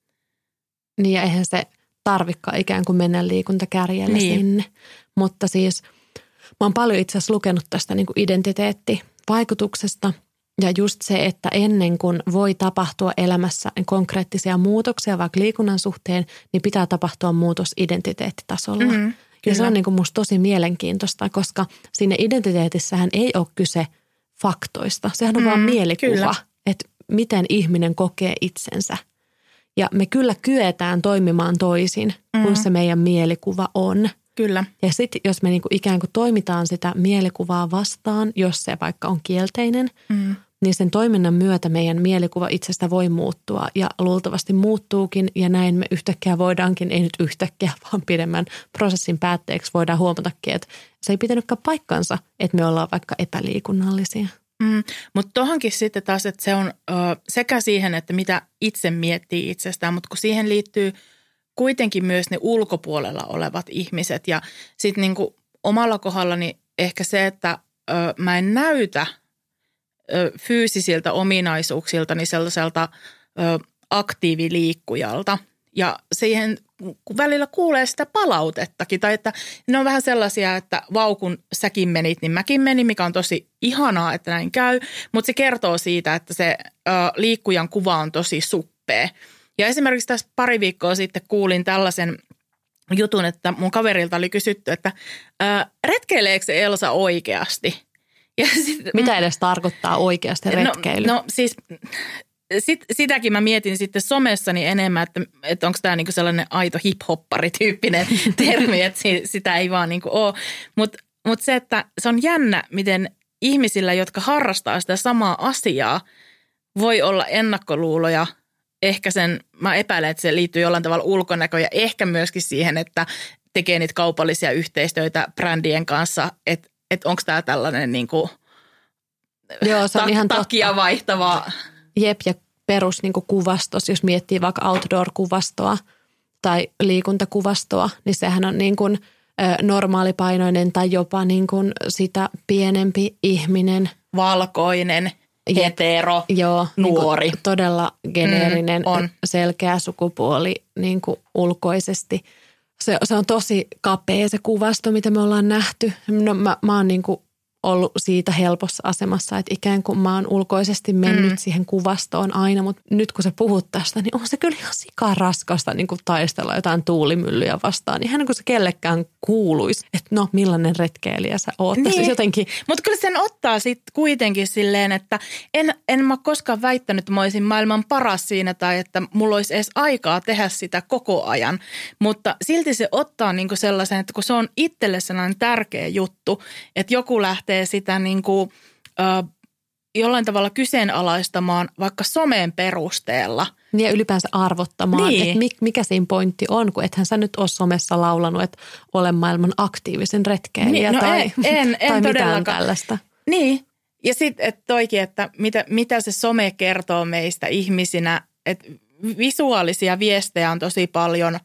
[SPEAKER 2] Niin ja eihän se tarvikaan ikään kuin mennä liikuntakärjellä
[SPEAKER 3] niin.
[SPEAKER 2] sinne. Mutta siis mä oon paljon itse asiassa lukenut tästä niin kuin identiteettivaikutuksesta ja just se, että ennen kuin voi tapahtua elämässä konkreettisia muutoksia vaikka liikunnan suhteen, niin pitää tapahtua muutos identiteettitasolla. Mm-hmm, ja se on niin kuin musta tosi mielenkiintoista, koska siinä identiteetissähän ei ole kyse faktoista. Sehän on mm, vaan mielikuva, kyllä. Että miten ihminen kokee itsensä. Ja me kyllä kyetään toimimaan toisin, mm. kun se meidän mielikuva on.
[SPEAKER 3] Kyllä.
[SPEAKER 2] Ja sitten jos me niinku ikään kuin toimitaan sitä mielikuvaa vastaan, jos se vaikka on kielteinen, mm. niin sen toiminnan myötä meidän mielikuva itsestä voi muuttua ja luultavasti muuttuukin. Ja näin me yhtäkkiä voidaankin, ei nyt yhtäkkiä, vaan pidemmän prosessin päätteeksi voidaan huomatakin, että se ei pitänytkään paikkansa, että me ollaan vaikka epäliikunnallisia.
[SPEAKER 3] Mm, mutta tuohonkin sitten taas, että se on ö, sekä siihen, että mitä itse miettii itsestään, mutta kun siihen liittyy kuitenkin myös ne ulkopuolella olevat ihmiset. Ja sitten niinku omalla kohdallani ehkä se, että ö, mä en näytä ö, fyysisiltä ominaisuuksiltani sellaiselta ö, aktiiviliikkujalta. Ja siihen kun välillä kuulee sitä palautettakin, tai että ne on vähän sellaisia, että vau kun säkin menit, niin mäkin menin, mikä on tosi ihanaa, että näin käy. Mutta se kertoo siitä, että se ö, liikkujan kuva on tosi suppea. Ja esimerkiksi tässä pari viikkoa sitten kuulin tällaisen jutun, että mun kaverilta oli kysytty, että ö, retkeileekö se Elsa oikeasti? Ja sit,
[SPEAKER 2] mitä edes tarkoittaa oikeasti retkeily?
[SPEAKER 3] No, no siis... Sit, sitäkin mä mietin sitten somessani enemmän, että, että onko tämä niinku sellainen aito hip-hoppari-tyyppinen termi, että sitä ei vaan niinku ole. Mutta mut se, että se on jännä, miten ihmisillä, jotka harrastaa sitä samaa asiaa, voi olla ennakkoluuloja. Ehkä sen, mä epäilen, että se liittyy jollain tavalla ulkonäköön ja ehkä myöskin siihen, että tekee niitä kaupallisia yhteistyötä brändien kanssa, että, että onko tämä tällainen niinku
[SPEAKER 2] Joo, se on
[SPEAKER 3] tak-
[SPEAKER 2] ihan
[SPEAKER 3] takia
[SPEAKER 2] totta.
[SPEAKER 3] vaihtava.
[SPEAKER 2] Jep, ja perus niin kuin kuvastos, jos miettii vaikka outdoor-kuvastoa tai liikuntakuvastoa, niin sehän on niin kuin normaalipainoinen tai jopa niin kuin sitä pienempi ihminen.
[SPEAKER 3] Valkoinen, hetero,
[SPEAKER 2] Joo,
[SPEAKER 3] nuori.
[SPEAKER 2] Niin todella geneerinen,
[SPEAKER 3] mm, on.
[SPEAKER 2] selkeä sukupuoli niin kuin ulkoisesti. Se, se on tosi kapea se kuvasto, mitä me ollaan nähty. No, mä, mä oon niin kuin ollut siitä helpossa asemassa, että ikään kuin mä oon ulkoisesti mennyt mm. siihen kuvastoon aina, mutta nyt kun sä puhut tästä, niin on se kyllä ihan sikaa raskasta niin kuin taistella jotain tuulimyllyjä vastaan. Ihan niin kuin se kellekään kuuluisi, että no millainen retkeilijä sä oot.
[SPEAKER 3] Niin.
[SPEAKER 2] Siis jotenkin...
[SPEAKER 3] Mutta kyllä sen ottaa sitten kuitenkin silleen, että en, en mä koskaan väittänyt, että mä olisin maailman paras siinä tai että mulla olisi edes aikaa tehdä sitä koko ajan. Mutta silti se ottaa niinku sellaisen, että kun se on itselle sellainen tärkeä juttu, että joku lähtee sitä niinku, ö, jollain tavalla kyseenalaistamaan vaikka somen perusteella.
[SPEAKER 2] Ja ylipäänsä arvottamaan,
[SPEAKER 3] niin.
[SPEAKER 2] että mikä siinä pointti on, kun ethän sä nyt ole somessa laulanut, että olen maailman aktiivisen retkeilijä
[SPEAKER 3] niin, no
[SPEAKER 2] tai,
[SPEAKER 3] en, en, en
[SPEAKER 2] tai mitään
[SPEAKER 3] todellakaan.
[SPEAKER 2] tällaista.
[SPEAKER 3] Niin, ja sitten että toikin, että mitä, mitä se some kertoo meistä ihmisinä, että visuaalisia viestejä on tosi paljon,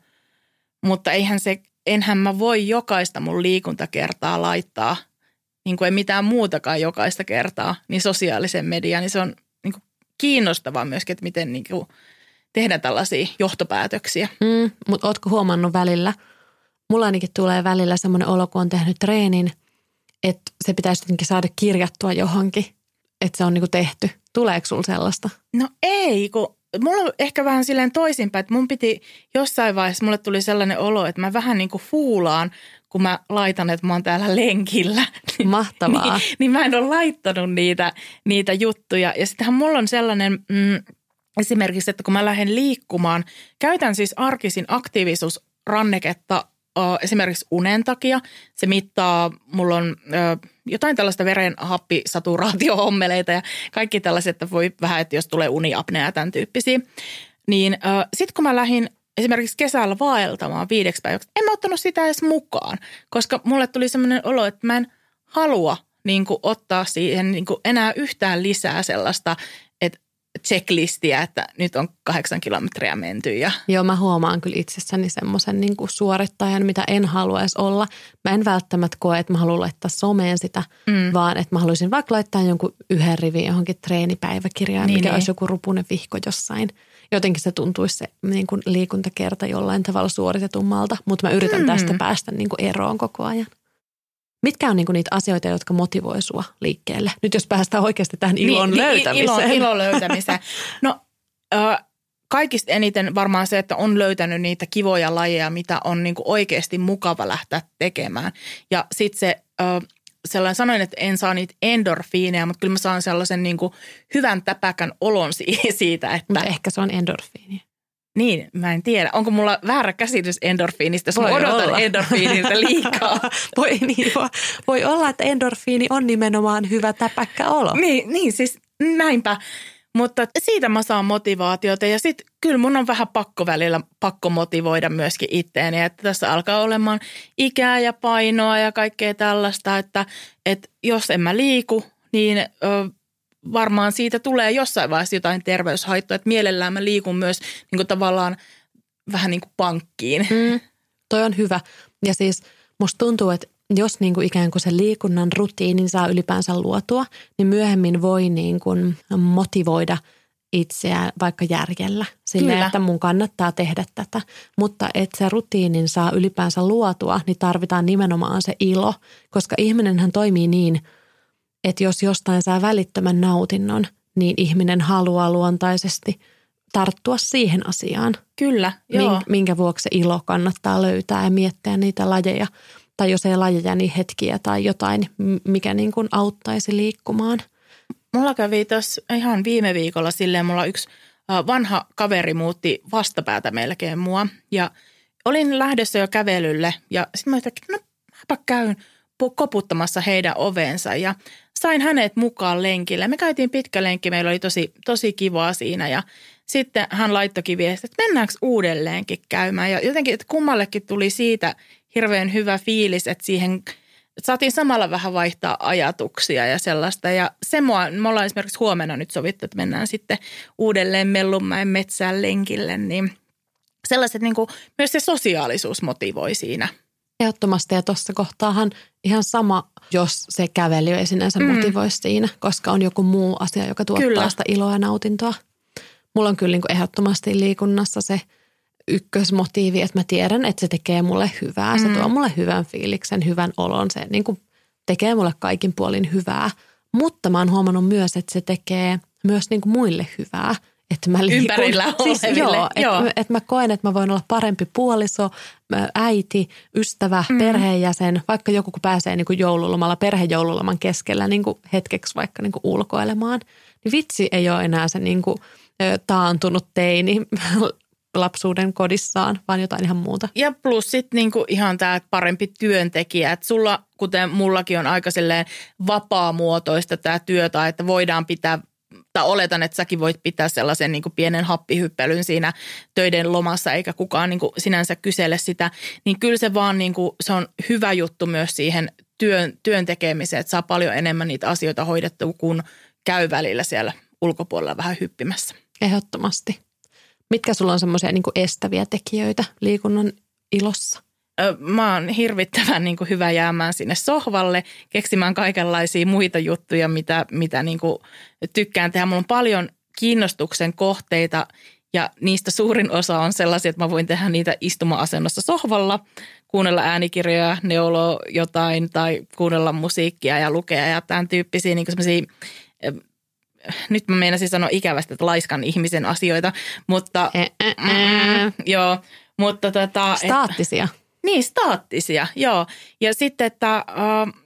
[SPEAKER 3] mutta eihän se, enhän mä voi jokaista mun liikuntakertaa laittaa, niin kuin ei mitään muutakaan jokaista kertaa, niin sosiaalisen median, niin se on niin kuin kiinnostavaa myöskin, että miten niin kuin tehdään tällaisia johtopäätöksiä.
[SPEAKER 2] Mm, mutta ootko huomannut välillä, mulla ainakin tulee välillä semmoinen olo, kun on tehnyt treenin, että se pitäisi jotenkin saada kirjattua johonkin, että se on niin kuin tehty. Tuleeko sulla sellaista?
[SPEAKER 3] No ei, kun mulla on ehkä vähän silleen toisinpäin, että mun piti jossain vaiheessa, mulle tuli sellainen olo, että mä vähän niin kuin fuulaan, kun mä laitan, että mä oon täällä lenkillä.
[SPEAKER 2] Mahtavaa.
[SPEAKER 3] niin, niin mä en ole laittanut niitä, niitä juttuja. Ja sittenhän mulla on sellainen mm, esimerkiksi, että kun mä lähden liikkumaan, käytän siis arkisin aktiivisuusranneketta esimerkiksi unen takia. Se mittaa, mulla on ö, jotain tällaista verenhappisaturaatiohommeleita ja kaikki tällaiset, että voi vähän, että jos tulee uniapnea ja tämän tyyppisiä. Niin sitten kun mä lähdin esimerkiksi kesällä vaeltamaan viideksi päiväksi, en mä ottanut sitä edes mukaan, koska mulle tuli semmoinen olo, että mä en halua niin kuin, ottaa siihen niin kuin, enää yhtään lisää sellaista, että checklistiä, että nyt on kahdeksan kilometriä menty. Ja...
[SPEAKER 2] Joo, mä huomaan kyllä itsessäni semmoisen niin kuin suorittajan, mitä en haluaisi olla. Mä en välttämättä koe, että mä haluan laittaa someen sitä, mm. vaan että mä haluaisin vaikka laittaa jonkun yhden rivin johonkin treenipäiväkirjaan, niin, mikä niin. olisi joku rupunen vihko jossain. Jotenkin se tuntuisi se niin kuin liikuntakerta jollain tavalla suoritetummalta, mutta mä yritän mm. tästä päästä niin kuin eroon koko ajan. Mitkä on niinku niitä asioita, jotka motivoi sua liikkeelle? Nyt jos päästään oikeasti tähän ilon niin, löytämiseen.
[SPEAKER 3] Ilon, ilon löytämiseen. No äh, kaikista eniten varmaan se, että on löytänyt niitä kivoja lajeja, mitä on niinku oikeasti mukava lähteä tekemään. Ja sitten se, äh, sellainen sanoin, että en saa niitä endorfiineja, mutta kyllä mä saan sellaisen niinku hyvän täpäkän olon siitä, että...
[SPEAKER 2] Mutta ehkä se on endorfiini.
[SPEAKER 3] Niin, mä en tiedä. Onko mulla väärä käsitys endorfiinista, jos voi mä odotan olla. Endorfiinilta liikaa?
[SPEAKER 2] voi, niin, voi, voi olla, että endorfiini on nimenomaan hyvä täpäkkä olo.
[SPEAKER 3] Niin, niin siis näinpä. Mutta siitä mä saan motivaatiota ja sitten kyllä mun on vähän pakko välillä pakko motivoida myöskin itteeni. Että tässä alkaa olemaan ikää ja painoa ja kaikkea tällaista, että, että jos en mä liiku, niin... Ö, varmaan siitä tulee jossain vaiheessa jotain terveyshaittoa, että mielellään mä liikun myös niin kuin tavallaan vähän niin kuin pankkiin. Mm,
[SPEAKER 2] toi on hyvä. Ja siis musta tuntuu, että jos niin kuin ikään kuin se liikunnan rutiinin saa ylipäänsä luotua, niin myöhemmin voi niin kuin motivoida itseään vaikka järjellä. Silleen, että mun kannattaa tehdä tätä. Mutta että se rutiinin saa ylipäänsä luotua, niin tarvitaan nimenomaan se ilo, koska ihminenhän toimii niin, että jos jostain saa välittömän nautinnon, niin ihminen haluaa luontaisesti tarttua siihen asiaan.
[SPEAKER 3] Kyllä, joo.
[SPEAKER 2] Minkä vuoksi se ilo kannattaa löytää ja miettiä niitä lajeja. Tai jos ei lajeja, niin hetkiä tai jotain, mikä niin kuin auttaisi liikkumaan.
[SPEAKER 3] Mulla kävi tuossa ihan viime viikolla silleen, mulla yksi vanha kaveri muutti vastapäätä melkein mua. Ja olin lähdössä jo kävelylle ja sitten mä ajattelin, että no mäpä käyn koputtamassa heidän ovensa ja sain hänet mukaan lenkille. Me käytiin pitkä lenkki, meillä oli tosi, tosi kivaa siinä ja sitten hän laittokin viestiä, että mennäänkö uudelleenkin käymään. Ja jotenkin, että kummallekin tuli siitä hirveän hyvä fiilis, että siihen saatiin samalla vähän vaihtaa ajatuksia ja sellaista. Ja se mua, me ollaan esimerkiksi huomenna nyt sovittu, että mennään sitten uudelleen Mellunmäen metsään lenkille, niin sellaiset niin kuin, myös se sosiaalisuus motivoi siinä.
[SPEAKER 2] Ehdottomasti ja tuossa kohtaahan ihan sama, jos se kävely ei sinänsä mm. motivoisi siinä, koska on joku muu asia, joka tuottaa kyllä. sitä iloa ja nautintoa. Mulla on kyllä niin kuin ehdottomasti liikunnassa se ykkösmotiivi, että mä tiedän, että se tekee mulle hyvää. Mm. Se tuo mulle hyvän fiiliksen, hyvän olon. Se niin kuin tekee mulle kaikin puolin hyvää. Mutta mä oon huomannut myös, että se tekee myös niin kuin muille hyvää. Että mä liikun.
[SPEAKER 3] Ympärillä
[SPEAKER 2] siis,
[SPEAKER 3] oleville.
[SPEAKER 2] Joo, että et mä koen, että mä voin olla parempi puoliso, äiti, ystävä, mm. perheenjäsen. Vaikka joku kun pääsee niin kuin joululomalla, perhejoululoman keskellä niin kuin hetkeksi vaikka niin kuin ulkoilemaan. Niin vitsi ei ole enää se niin kuin taantunut teini lapsuuden kodissaan, vaan jotain ihan muuta.
[SPEAKER 3] Ja plus sitten niinku ihan tämä parempi työntekijä. Että sulla, kuten mullakin on aika silleen vapaamuotoista tämä työ, tai että voidaan pitää, tai oletan, että säkin voit pitää sellaisen niinku pienen happihyppelyn siinä töiden lomassa, eikä kukaan niinku sinänsä kysele sitä. Niin kyllä se vaan niinku, se on hyvä juttu myös siihen työn, työn tekemiseen, että saa paljon enemmän niitä asioita hoidettua, kun käy välillä siellä ulkopuolella vähän hyppimässä.
[SPEAKER 2] Ehdottomasti. Mitkä sulla on semmoisia niin kuin estäviä tekijöitä liikunnan ilossa?
[SPEAKER 3] Mä oon hirvittävän niin kuin hyvä jäämään sinne sohvalle, keksimään kaikenlaisia muita juttuja, mitä, mitä niin kuin tykkään tehdä. Mulla on paljon kiinnostuksen kohteita ja niistä suurin osa on sellaisia, että mä voin tehdä niitä istuma-asennossa sohvalla, kuunnella äänikirjoja, neuloa jotain tai kuunnella musiikkia ja lukea ja tämän tyyppisiä niin kuin semmoisia. Nyt mä meinasin sanoa ikävästi, että laiskan ihmisen asioita, mutta
[SPEAKER 2] Ä, ä, ä.
[SPEAKER 3] Mm, joo, mutta tota.
[SPEAKER 2] Staattisia.
[SPEAKER 3] Et, niin, staattisia, joo. Ja sitten, että äh,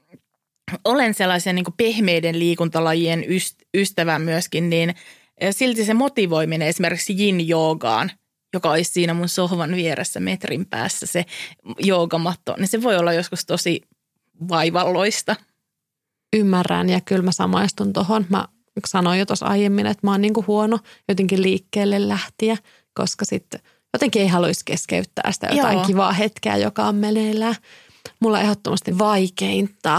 [SPEAKER 3] olen sellaisen niin kuin pehmeiden liikuntalajien ystävä myöskin, niin silti se motivoiminen esimerkiksi yin-joogaan, joka olisi siinä mun sohvan vieressä metrin päässä se joogamatto, niin se voi olla joskus tosi vaivalloista.
[SPEAKER 2] Ymmärrän ja kyllä mä samaistun tohon. Mä sanoin jo tuossa aiemmin, että mä oon niinku huono jotenkin liikkeelle lähtiä, koska sitten jotenkin ei haluaisi keskeyttää sitä jotain Joo. kivaa hetkeä, joka on meneillään. Mulla ehdottomasti vaikeinta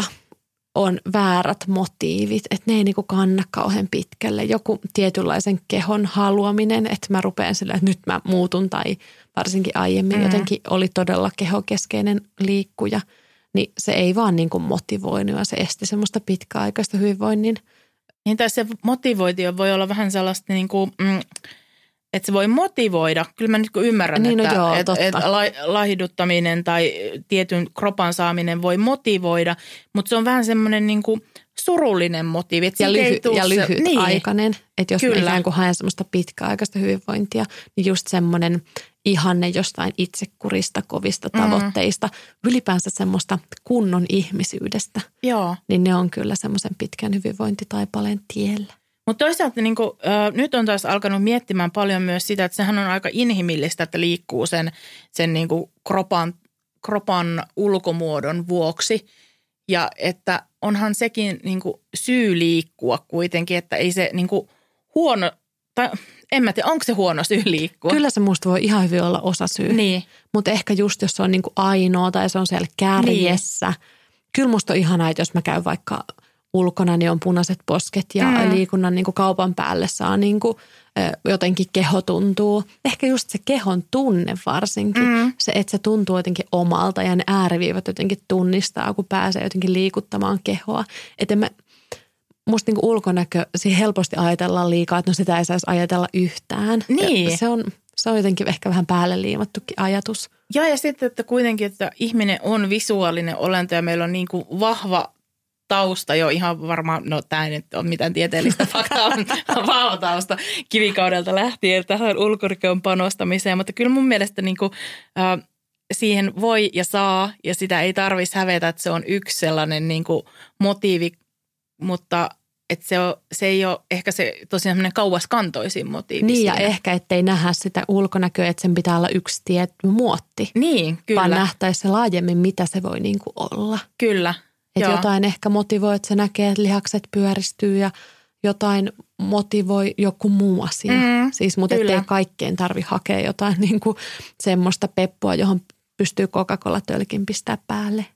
[SPEAKER 2] on väärät motiivit, että ne ei niinku kanna kauhean pitkälle. Joku tietynlaisen kehon haluaminen, että mä rupean sillä, että nyt mä muutun tai varsinkin aiemmin mm. jotenkin oli todella kehokeskeinen liikkuja, niin se ei vaan niinku motivoinut ja se esti semmoista pitkäaikaista hyvinvoinnin.
[SPEAKER 3] Niin tai se motivoitio voi olla vähän sellaista niin kuin, mm, että se voi motivoida. Kyllä mä nyt ymmärrän,
[SPEAKER 2] niin,
[SPEAKER 3] että
[SPEAKER 2] no joo,
[SPEAKER 3] et, et lahduttaminen tai tietyn kropan saaminen voi motivoida, mutta se on vähän semmoinen niin kuin surullinen motiivi.
[SPEAKER 2] Ja, lyhy, ja lyhytaikainen, niin. Että jos
[SPEAKER 3] Kyllä.
[SPEAKER 2] mä ikään kuin haen semmoista pitkäaikaista hyvinvointia, niin just semmoinen ihanne jostain itsekurista, kovista tavoitteista, mm. ylipäänsä semmoista kunnon ihmisyydestä,
[SPEAKER 3] Joo.
[SPEAKER 2] niin ne on kyllä semmoisen pitkän hyvinvointitaipaleen tiellä.
[SPEAKER 3] Mutta toisaalta niin kun, äh, nyt on taas alkanut miettimään paljon myös sitä, että sehän on aika inhimillistä, että liikkuu sen, sen niin kuin kropan, kropan ulkomuodon vuoksi. Ja että onhan sekin niin kuin syy liikkua kuitenkin, että ei se niin kuin huono, tai en mä tiedä, onko se huono syy liikkua?
[SPEAKER 2] Kyllä se musta voi ihan hyvin olla osasyy.
[SPEAKER 3] Niin.
[SPEAKER 2] Mutta ehkä just jos se on niin kuin ainoa tai se on siellä kärjessä. Niin. Kyllä musta on ihanaa, että jos mä käyn vaikka ulkona, niin on punaiset posket ja mm. liikunnan niin kuin kaupan päälle saa niin kuin, jotenkin keho tuntuu. Ehkä just se kehon tunne varsinkin. Mm. Se, että se tuntuu jotenkin omalta ja ne ääriviivat jotenkin tunnistaa, kun pääsee jotenkin liikuttamaan kehoa. Että mä, musta niin kuin ulkonäkö, siinä helposti ajatellaan liikaa, että no sitä ei saisi ajatella yhtään.
[SPEAKER 3] Niin.
[SPEAKER 2] Se on, se on jotenkin ehkä vähän päälle liimattukin ajatus.
[SPEAKER 3] Ja, ja sitten, että kuitenkin, että ihminen on visuaalinen olento ja meillä on niin kuin vahva tausta jo ihan varmaan, no tämä ei nyt ole mitään tieteellistä faktaa, on vahva tausta kivikaudelta lähtien tähän ulkonäköön panostamiseen, mutta kyllä mun mielestä niin kuin, äh, siihen voi ja saa ja sitä ei tarvitsisi hävetä, että se on yksi sellainen niin kuin motiivi, mutta että se, on, se ei ole ehkä se tosiaan semmoinen kauaskantoisin motiivi.
[SPEAKER 2] Niin
[SPEAKER 3] siinä.
[SPEAKER 2] Ja ehkä, ettei nähdä sitä ulkonäköä, että sen pitää olla yksi tietty muotti.
[SPEAKER 3] Niin, kyllä.
[SPEAKER 2] Vaan nähtäisi se laajemmin, mitä se voi niin kuin olla.
[SPEAKER 3] Kyllä.
[SPEAKER 2] Että jotain ehkä motivoi, että se näkee, että lihakset pyöristyy ja jotain motivoi joku muu asia. Mm, siis, mutta ettei kaikkeen tarvi hakea jotain niin kuin semmoista peppua, johon pystyy Coca-Cola-tölkin pistää päälle.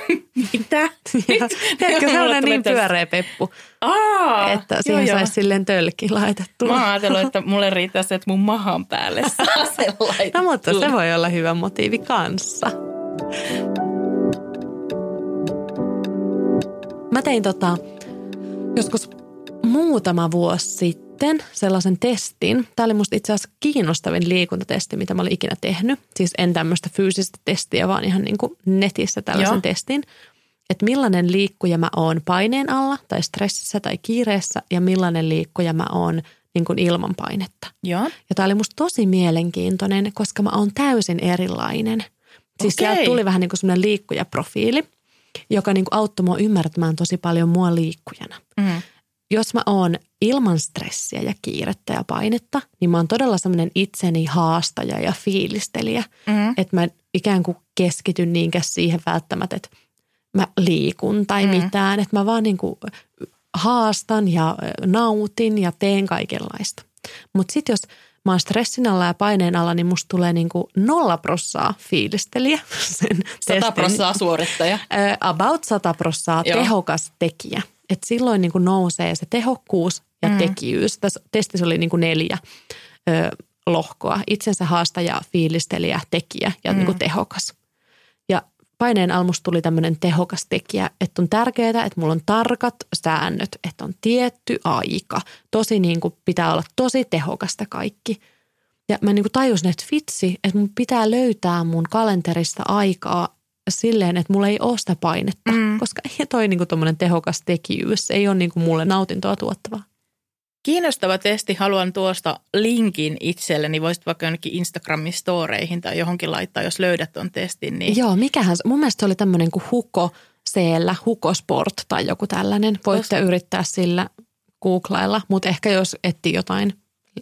[SPEAKER 3] Mitä?
[SPEAKER 2] Tiedätkö, sellainen niin pyöreä peppu,
[SPEAKER 3] Aa,
[SPEAKER 2] että siihen saisi silleen tölki laitettua.
[SPEAKER 3] Mä oon ajatellut, että mulle riittää se, että mun mahan päälle saa sen laitettua.
[SPEAKER 2] No mutta se voi olla hyvä motiivi kanssa. Mä tein tota, joskus muutama vuosi sitten sellaisen testin. Tämä oli musta itse asiassa kiinnostavin liikuntatesti, mitä mä olin ikinä tehnyt. Siis en tämmöistä fyysistä testiä, vaan ihan niin kuin netissä tällaisen Joo. testin. että millainen liikkuja mä oon paineen alla tai stressissä tai kiireessä ja millainen liikkuja mä oon niin kuin ilman painetta.
[SPEAKER 3] Joo.
[SPEAKER 2] Ja tää oli musta tosi mielenkiintoinen, koska mä oon täysin erilainen. Siis
[SPEAKER 3] Okei.
[SPEAKER 2] sieltä tuli vähän niin kuin semmoinen liikkujaprofiili, joka niin kuin auttoi mua ymmärtämään tosi paljon mua liikkujana.
[SPEAKER 3] Mm.
[SPEAKER 2] Jos mä oon ilman stressiä ja kiirettä ja painetta, niin mä oon todella semmoinen itseni haastaja ja fiilistelijä.
[SPEAKER 3] Mm.
[SPEAKER 2] Että mä ikään kuin keskityn niinkään siihen välttämättä, että mä liikun tai
[SPEAKER 3] Mm.
[SPEAKER 2] mitään. Että mä vaan niin kuin haastan ja nautin ja teen kaikenlaista. Mutta sitten jos mä oon stressin alla ja paineen alla, niin musta tulee niin kuin nolla prossaa fiilistelijä. Sen
[SPEAKER 3] Sata prossaa suorittaja.
[SPEAKER 2] About sata prossaa tehokas tekijä. Että silloin niin kuin nousee se tehokkuus ja mm. tekijyys. Tässä testissä oli niin kuin neljä ö, lohkoa. Itsensä haastaja, fiilistelijä, tekijä ja mm. niin kuin tehokas. Ja paineen alla musta tuli tämmöinen tehokas tekijä, että on tärkeää, että mulla on tarkat säännöt, että on tietty aika. Tosi niin kuin pitää olla tosi tehokasta kaikki. Ja mä niin kuin tajusin, että vitsi, että mun pitää löytää mun kalenterista aikaa silleen, että mulla ei ole sitä painetta, mm. koska ei toi niinku tommoinen tehokas tekijyys, ei ole niinku mulle nautintoa tuottavaa.
[SPEAKER 3] Kiinnostava testi. Haluan tuosta linkin itselleni. Voisit vaikka jonnekin Instagramin storeihin tai johonkin laittaa, jos löydät ton testin. Niin.
[SPEAKER 2] Joo, mikähän, mun mielestä se oli tämmöinen kuin Huko C-llä, Huko Sport tai joku tällainen. Voitte Tos... yrittää sillä googlailla, mutta ehkä jos etsii jotain,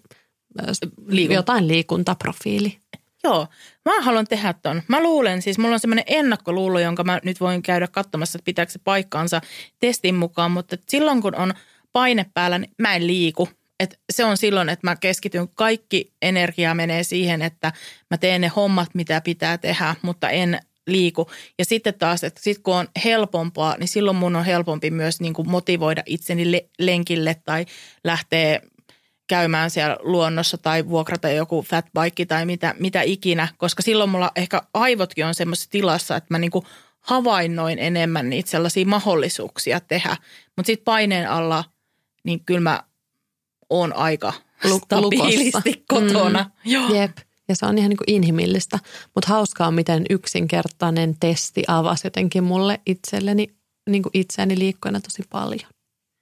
[SPEAKER 2] Liikun. jotain liikuntaprofiili.
[SPEAKER 3] Joo, mä haluan tehdä ton. Mä luulen, siis mulla on semmoinen ennakkoluulo, jonka mä nyt voin käydä katsomassa, että pitääkö se paikkaansa testin mukaan, mutta silloin kun on paine päällä, niin mä en liiku. Et se on silloin, että mä keskityn, kaikki energia menee siihen, että mä teen ne hommat, mitä pitää tehdä, mutta en liiku. Ja sitten taas, että sit kun on helpompaa, niin silloin mun on helpompi myös niin kuin motivoida itseni le- lenkille tai lähteä käymään siellä luonnossa tai vuokrata joku fatbike tai mitä, mitä ikinä, koska silloin mulla ehkä aivotkin on semmoisessa tilassa, että mä niinku havainnoin enemmän niitä sellaisia mahdollisuuksia tehdä. Mutta sitten paineen alla, niin kyllä mä oon aika stabiilisti kotona.
[SPEAKER 2] Mm. Joo. Jep, ja se on ihan niinku inhimillistä, mutta hauskaa, miten yksinkertainen testi avasi jotenkin mulle itselleni, niinku itseäni liikkujana tosi paljon.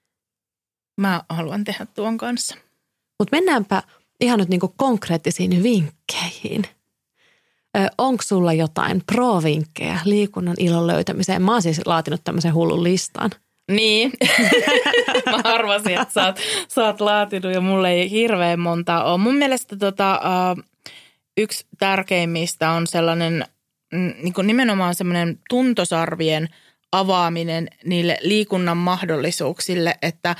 [SPEAKER 3] Mä haluan tehdä tuon kanssa.
[SPEAKER 2] Mutta mennäänpä ihan nyt niinku konkreettisiin vinkkeihin. Onko sulla jotain pro-vinkkejä liikunnan ilon löytämiseen? Mä oon siis laatinut tämmöisen hullun listan.
[SPEAKER 3] Niin, mä arvasin, että sä oot, sä oot laatinut ja mulle ei hirveän montaa ole. Mun mielestä tota, uh, yksi tärkeimmistä on sellainen mm, niin kuin nimenomaan semmoinen tuntosarvien avaaminen niille liikunnan mahdollisuuksille, että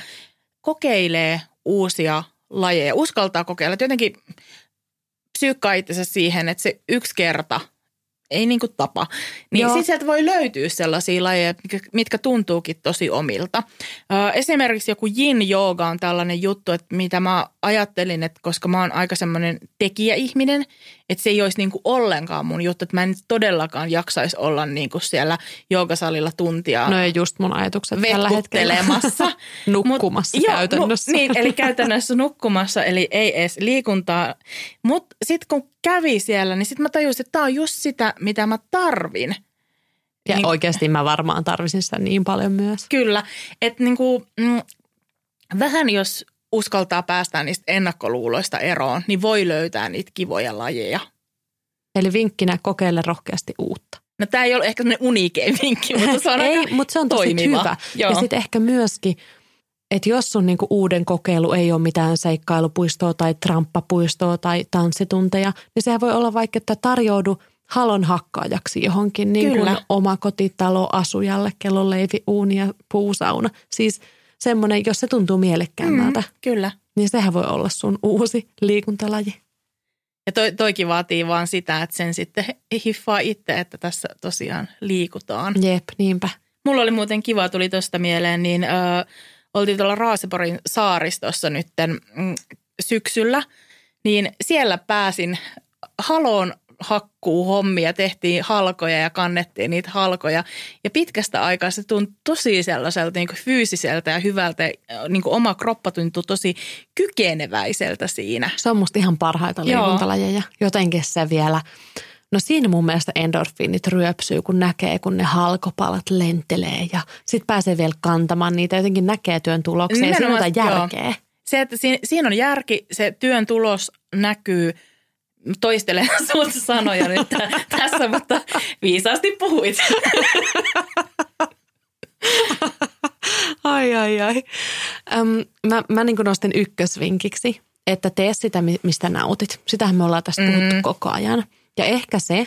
[SPEAKER 3] kokeilee uusia lajeja, uskaltaa kokeilla. Että jotenkin psyykkaa itsensä siihen, että se yksi kerta ei niin kuin tapa. Niin sitten sieltä voi löytyä sellaisia lajeja, mitkä tuntuukin tosi omilta. Esimerkiksi joku yin-jooga on tällainen juttu, että mitä mä ajattelin, että koska mä oon aika semmoinen tekijäihminen, että se ei olisi niin kuin ollenkaan mun juttu, että mä en todellakaan jaksaisi olla niin kuin siellä joogasalilla tuntia.
[SPEAKER 2] No ei just mun ajatukset tällä hetkellä. Nukkumassa
[SPEAKER 3] Mut,
[SPEAKER 2] käytännössä.
[SPEAKER 3] Jo, nu, niin, eli käytännössä nukkumassa, eli ei edes liikuntaa. Mutta sitten kun kävi siellä, niin sitten mä tajusin, että tämä on just sitä, mitä mä tarvin.
[SPEAKER 2] Ja
[SPEAKER 3] niin,
[SPEAKER 2] oikeasti mä varmaan tarvisin sitä niin paljon myös.
[SPEAKER 3] Kyllä, että niin kuin, mm, vähän jos uskaltaa päästä niistä ennakkoluuloista eroon, niin voi löytää niitä kivoja lajeja.
[SPEAKER 2] Eli vinkkinä kokeile rohkeasti uutta.
[SPEAKER 3] No tämä ei ole ehkä sellainen uniikein vinkki, mutta se on
[SPEAKER 2] ei,
[SPEAKER 3] aika
[SPEAKER 2] mutta se on tosi
[SPEAKER 3] toimiva.
[SPEAKER 2] hyvä.
[SPEAKER 3] Joo.
[SPEAKER 2] Ja sitten ehkä myöskin, että jos sun niinku uuden kokeilu ei ole mitään seikkailupuistoa tai tramppapuistoa tai tanssitunteja, niin sehän voi olla vaikka, että tarjoudu halon hakkaajaksi johonkin niin kuin omakotitalo asujalle, kellonleivi, uuni ja puusauna. Siis semmoinen, jos se tuntuu mielekkäämmältä,
[SPEAKER 3] mm, kyllä.
[SPEAKER 2] niin sehän voi olla sun uusi liikuntalaji.
[SPEAKER 3] Ja toi, toikin vaatii vaan sitä, että sen sitten hiffaa itse, että tässä tosiaan liikutaan.
[SPEAKER 2] Jep, niinpä.
[SPEAKER 3] Mulla oli muuten kiva, tuli tuosta mieleen, niin ö, oltiin tuolla Raaseporin saaristossa nytten mm, syksyllä, niin siellä pääsin haloon hakkuu hommia, tehtiin halkoja ja kannettiin niitä halkoja. Ja pitkästä aikaa se tuntui tosi sellaiselta niin kuin fyysiseltä ja hyvältä, niin kuin oma kroppa tuntui tosi kykeneväiseltä siinä.
[SPEAKER 2] Se on musta ihan parhaita liikuntalajeja. Jotenkin se vielä No siinä mun mielestä endorfiinit ryöpsyy, kun näkee, kun ne halkopalat lentelee ja sitten pääsee vielä kantamaan niitä. Jotenkin näkee työn tuloksia ja siinä on jotain järkeä. Joo.
[SPEAKER 3] Se, että siinä, siinä on järki, se työn tulos näkyy, toistelen sulta sanoja nyt tässä, mutta viisaasti puhuit.
[SPEAKER 2] Ai, ai, ai. Öm, mä mä niin kuin nostin ykkösvinkiksi, että tee sitä, mistä nautit. Sitähän me ollaan tästä puhuttu mm. koko ajan. Ja ehkä se,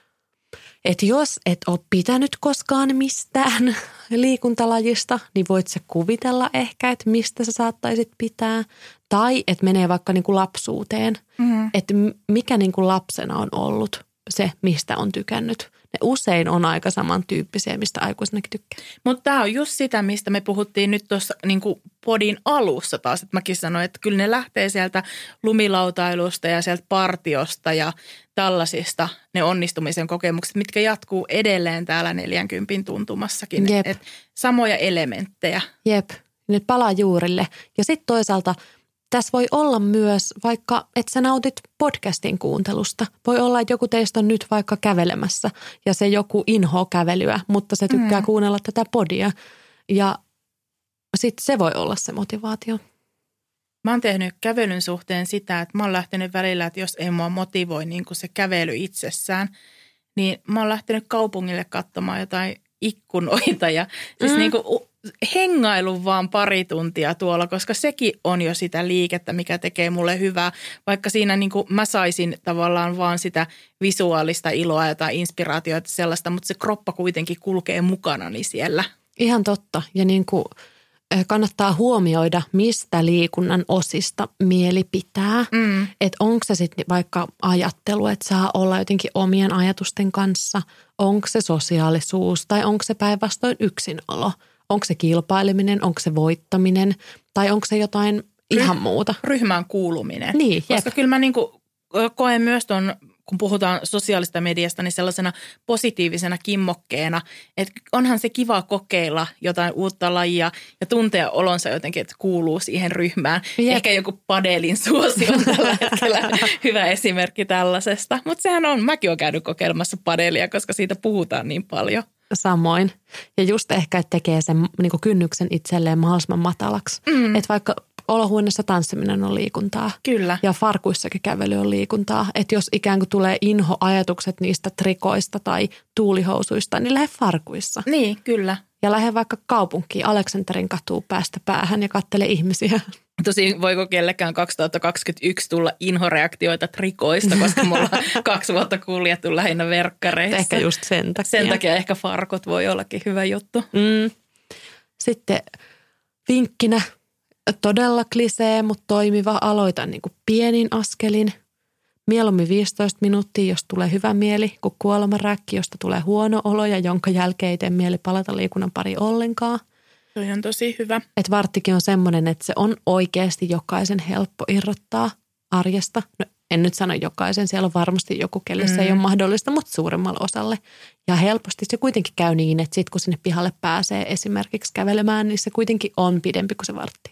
[SPEAKER 2] että jos et ole pitänyt koskaan mistään liikuntalajista, niin voit sä kuvitella ehkä, että mistä sä saattaisit pitää. Tai että menee vaikka niin kuin lapsuuteen, mm. että mikä niin kuin lapsena on ollut se, mistä on tykännyt. Ne usein on aika samantyyppisiä, mistä aikuisenakin tykkää.
[SPEAKER 3] Mutta tämä on just sitä, mistä me puhuttiin nyt tuossa niin podin alussa taas. Että mäkin sanoin, että kyllä ne lähtee sieltä lumilautailusta ja sieltä partiosta ja tällaisista ne onnistumisen kokemukset, mitkä jatkuu edelleen täällä neljänkympin tuntumassakin. Et samoja elementtejä.
[SPEAKER 2] Jep, ne palaa juurille. Ja sitten toisaalta tässä voi olla myös vaikka, että sä nautit podcastin kuuntelusta. Voi olla, että joku teistä on nyt vaikka kävelemässä ja se joku inhoo kävelyä, mutta se tykkää mm. kuunnella tätä podia. Ja sitten se voi olla se motivaatio.
[SPEAKER 3] Mä oon tehnyt kävelyn suhteen sitä, että mä oon lähtenyt välillä, että jos ei mua motivoi niin kuin se kävely itsessään, niin mä oon lähtenyt kaupungille katsomaan jotain ikkunoita ja siis mm. niin kuin hengailun vaan pari tuntia tuolla, koska sekin on jo sitä liikettä, mikä tekee mulle hyvää. Vaikka siinä niin kuin mä saisin tavallaan vaan sitä visuaalista iloa ja tai inspiraatiota sellaista, mutta se kroppa kuitenkin kulkee mukanani siellä.
[SPEAKER 2] Ihan totta. Ja niin kuin kannattaa huomioida, mistä liikunnan osista mieli pitää. Mm. Että onko se sitten vaikka ajattelu, että saa olla jotenkin omien ajatusten kanssa. Onko se sosiaalisuus tai onko se päinvastoin yksinolo. Onko se kilpaileminen, onko se voittaminen tai onko se jotain ihan Ryh- muuta?
[SPEAKER 3] Ryhmään kuuluminen.
[SPEAKER 2] Niin,
[SPEAKER 3] koska
[SPEAKER 2] jep.
[SPEAKER 3] kyllä mä niinku koen myös ton, kun puhutaan sosiaalista mediasta, niin sellaisena positiivisena kimmokkeena, että onhan se kiva kokeilla jotain uutta lajia ja tuntea olonsa jotenkin, että kuuluu siihen ryhmään. Jep. Ehkä joku padelin suosio on tällä hetkellä hyvä esimerkki tällaisesta. Mutta sehän on, mäkin olen käynyt kokeilemassa padelia, koska siitä puhutaan niin paljon.
[SPEAKER 2] Samoin. Ja just ehkä, että tekee sen niin kuin kynnyksen itselleen mahdollisimman matalaksi. Mm. Että vaikka olohuoneessa tanssiminen on liikuntaa.
[SPEAKER 3] Kyllä.
[SPEAKER 2] Ja farkuissakin kävely on liikuntaa. Että jos ikään kuin tulee inho-ajatukset niistä trikoista tai tuulihousuista, niin lähde farkuissa.
[SPEAKER 3] Niin, kyllä.
[SPEAKER 2] Ja lähde vaikka kaupunkiin Aleksanterin katuun päästä päähän ja kattele ihmisiä.
[SPEAKER 3] Tosin voiko kellekään kaksituhattakaksikymmentäyksi tulla inhoreaktioita trikoista, koska me ollaan kaksi vuotta kuljettu lähinnä verkkareissa.
[SPEAKER 2] Ehkä just sen takia.
[SPEAKER 3] Sen takia ehkä farkot voi ollakin hyvä juttu.
[SPEAKER 2] Mm. Sitten vinkkinä, todella klisee, mutta toimiva, aloita niin kuin pienin askelin. Mieluummin viisitoista minuuttia, jos tulee hyvä mieli, kuin kuolemanräkki, josta tulee huono olo ja jonka jälkeen ei tee mieli palata liikunnan pari ollenkaan.
[SPEAKER 3] Se on ihan tosi hyvä.
[SPEAKER 2] Että varttikin on semmoinen, että se on oikeasti jokaisen helppo irrottaa arjesta. No, en nyt sano jokaisen, siellä on varmasti joku, kelle se mm. ei ole mahdollista, mutta suuremmalle osalle. Ja helposti se kuitenkin käy niin, että sitten kun sinne pihalle pääsee esimerkiksi kävelemään, niin se kuitenkin on pidempi kuin se vartti.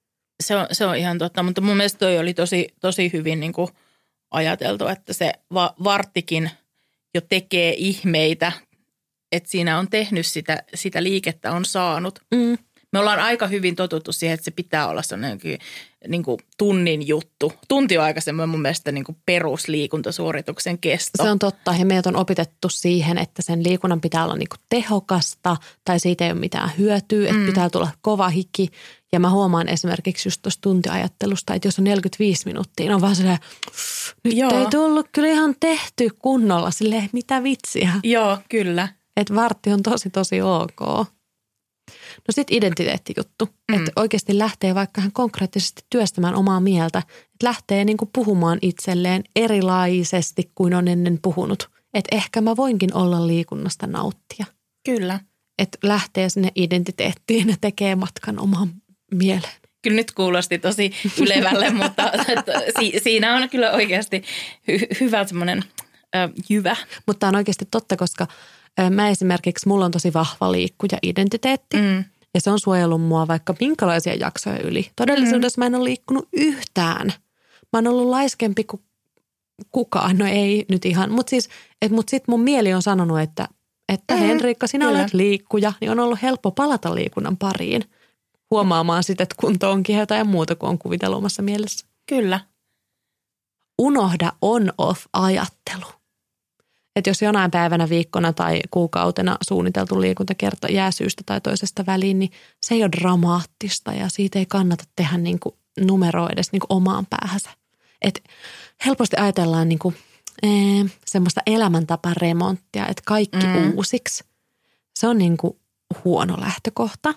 [SPEAKER 3] Se on, se on ihan totta, mutta mun mielestä toi oli tosi, tosi hyvin niin kuin ajateltu, että se va- varttikin jo tekee ihmeitä, että siinä on tehnyt sitä, sitä liikettä, on saanut. Mm. Me ollaan aika hyvin totuttu siihen, että se pitää olla sellainen niin kuin tunnin juttu. Tunti on aika semmoinen mun mielestä niin kuin perusliikuntasuorituksen kesto.
[SPEAKER 2] Se on totta ja meidät on opetettu siihen, että sen liikunnan pitää olla niin kuin tehokasta tai siitä ei ole mitään hyötyä, että mm. pitää tulla kova hiki. Ja mä huomaan esimerkiksi just tuosta tuntiajattelusta, että jos on neljäkymmentäviisi minuuttia, niin on vaan silleen, nyt Joo. ei tullut kyllä ihan tehty kunnolla, silleen mitä vitsiä.
[SPEAKER 3] Joo, kyllä.
[SPEAKER 2] Että vartti on tosi tosi ok. No sitten identiteettijuttu, mm. että oikeasti lähtee vaikka hän konkreettisesti työstämään omaa mieltä. Että lähtee niin kuin puhumaan itselleen erilaisesti kuin on ennen puhunut. Että ehkä mä voinkin olla liikunnasta nauttia.
[SPEAKER 3] Kyllä.
[SPEAKER 2] Että lähtee sinne identiteettiin ja tekee matkan omaan mieleen.
[SPEAKER 3] Kyllä nyt kuulosti tosi ylevälle, mutta si- siinä on kyllä oikeasti hy- hyvä semmoinen äh, jyvä.
[SPEAKER 2] Mutta on oikeasti totta, koska äh, mä esimerkiksi, mulla on tosi vahva liikkuja-identiteetti. Mm. Ja se on suojellut mua vaikka minkälaisia jaksoja yli. Todellisuudessa mm. mä en ole liikkunut yhtään. Mä oon ollut laiskempi kuin kukaan. No ei nyt ihan, mutta siis, että mut sitten mun mieli on sanonut, että, että mm, Henriikka, sinä kyllä. olet liikkuja, niin on ollut helppo palata liikunnan pariin. Huomaamaan sitten, että kunto onkin jotain muuta kuin on kuvitellut omassa mielessä.
[SPEAKER 3] Kyllä.
[SPEAKER 2] Unohda on-off-ajattelu. Että jos jonain päivänä, viikkona tai kuukautena suunniteltu liikuntakerta jää syystä tai toisesta väliin, niin se ei ole dramaattista ja siitä ei kannata tehdä niin kuin numeroa edes niin kuin omaan päähänsä. Et helposti ajatellaan niin kuin, ee, semmoista elämäntaparemonttia, että kaikki mm. uusiksi. Se on niin kuin huono lähtökohta.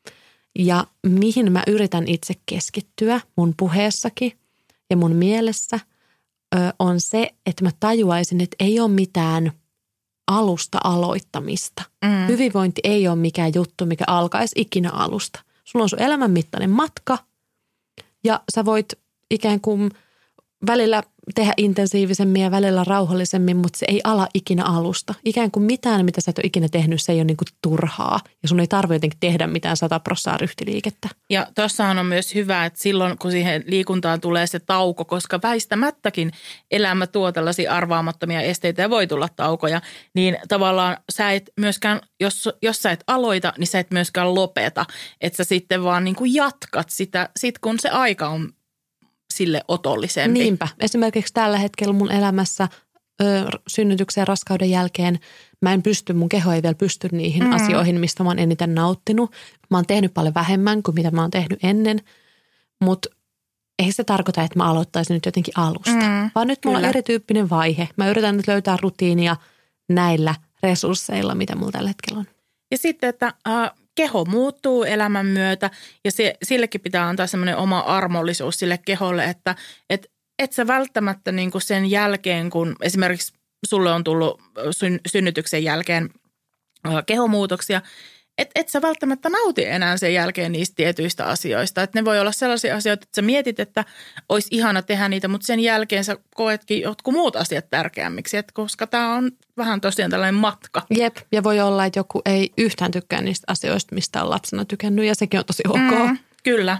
[SPEAKER 2] Ja mihin mä yritän itse keskittyä mun puheessakin ja mun mielessä ö, on se, että mä tajuaisin, että ei ole mitään alusta aloittamista. Mm. Hyvinvointi ei ole mikään juttu, mikä alkaisi ikinä alusta. Sulla on sun elämänmittainen matka ja sä voit ikään kuin välillä tehdä intensiivisemmin ja välillä rauhallisemmin, mutta se ei ala ikinä alusta. Ikään kuin mitään, mitä sä et ole ikinä tehnyt, se ei ole niin kuin turhaa. Ja sun ei tarvitse jotenkin tehdä mitään sata prosenttia ryhtiliikettä. Ja
[SPEAKER 3] tuossahan on myös hyvä, että silloin kun siihen liikuntaan tulee se tauko, koska väistämättäkin elämä tuo tällaisia arvaamattomia esteitä ja voi tulla taukoja, niin tavallaan sä et myöskään, jos, jos sä et aloita, niin sä et myöskään lopeta. Että sä sitten vaan niin kuin jatkat sitä, sit kun se aika on sille otollisempi.
[SPEAKER 2] Niinpä. Esimerkiksi tällä hetkellä mun elämässä ö, synnytyksen ja raskauden jälkeen mä en pysty, mun keho ei vielä pysty niihin mm. asioihin, mistä mä oon eniten nauttinut. Mä oon tehnyt paljon vähemmän kuin mitä mä oon tehnyt ennen, mutta ei se tarkoita, että mä aloittaisin nyt jotenkin alusta. Mm. Vaan nyt mulla Kyllä. on erityyppinen vaihe. Mä yritän nyt löytää rutiinia näillä resursseilla, mitä mulla tällä hetkellä on.
[SPEAKER 3] Ja sitten, että äh, keho muuttuu elämän myötä ja se, sillekin pitää antaa semmoinen oma armollisuus sille keholle, että et, et sä välttämättä niin kuin sen jälkeen, kun esimerkiksi sulle on tullut syn, synnytyksen jälkeen äh, kehomuutoksia, et, et sä välttämättä nauti enää sen jälkeen niistä tietyistä asioista. Että ne voi olla sellaisia asioita, että sä mietit, että olisi ihana tehdä niitä, mutta sen jälkeen sä koetkin jotkut muut asiat tärkeämmiksi, että koska tämä on vähän tosiaan tällainen matka.
[SPEAKER 2] Jep, ja voi olla, että joku ei yhtään tykkää niistä asioista, mistä on lapsena tykännyt, ja sekin on tosi ok.
[SPEAKER 3] Mm, kyllä.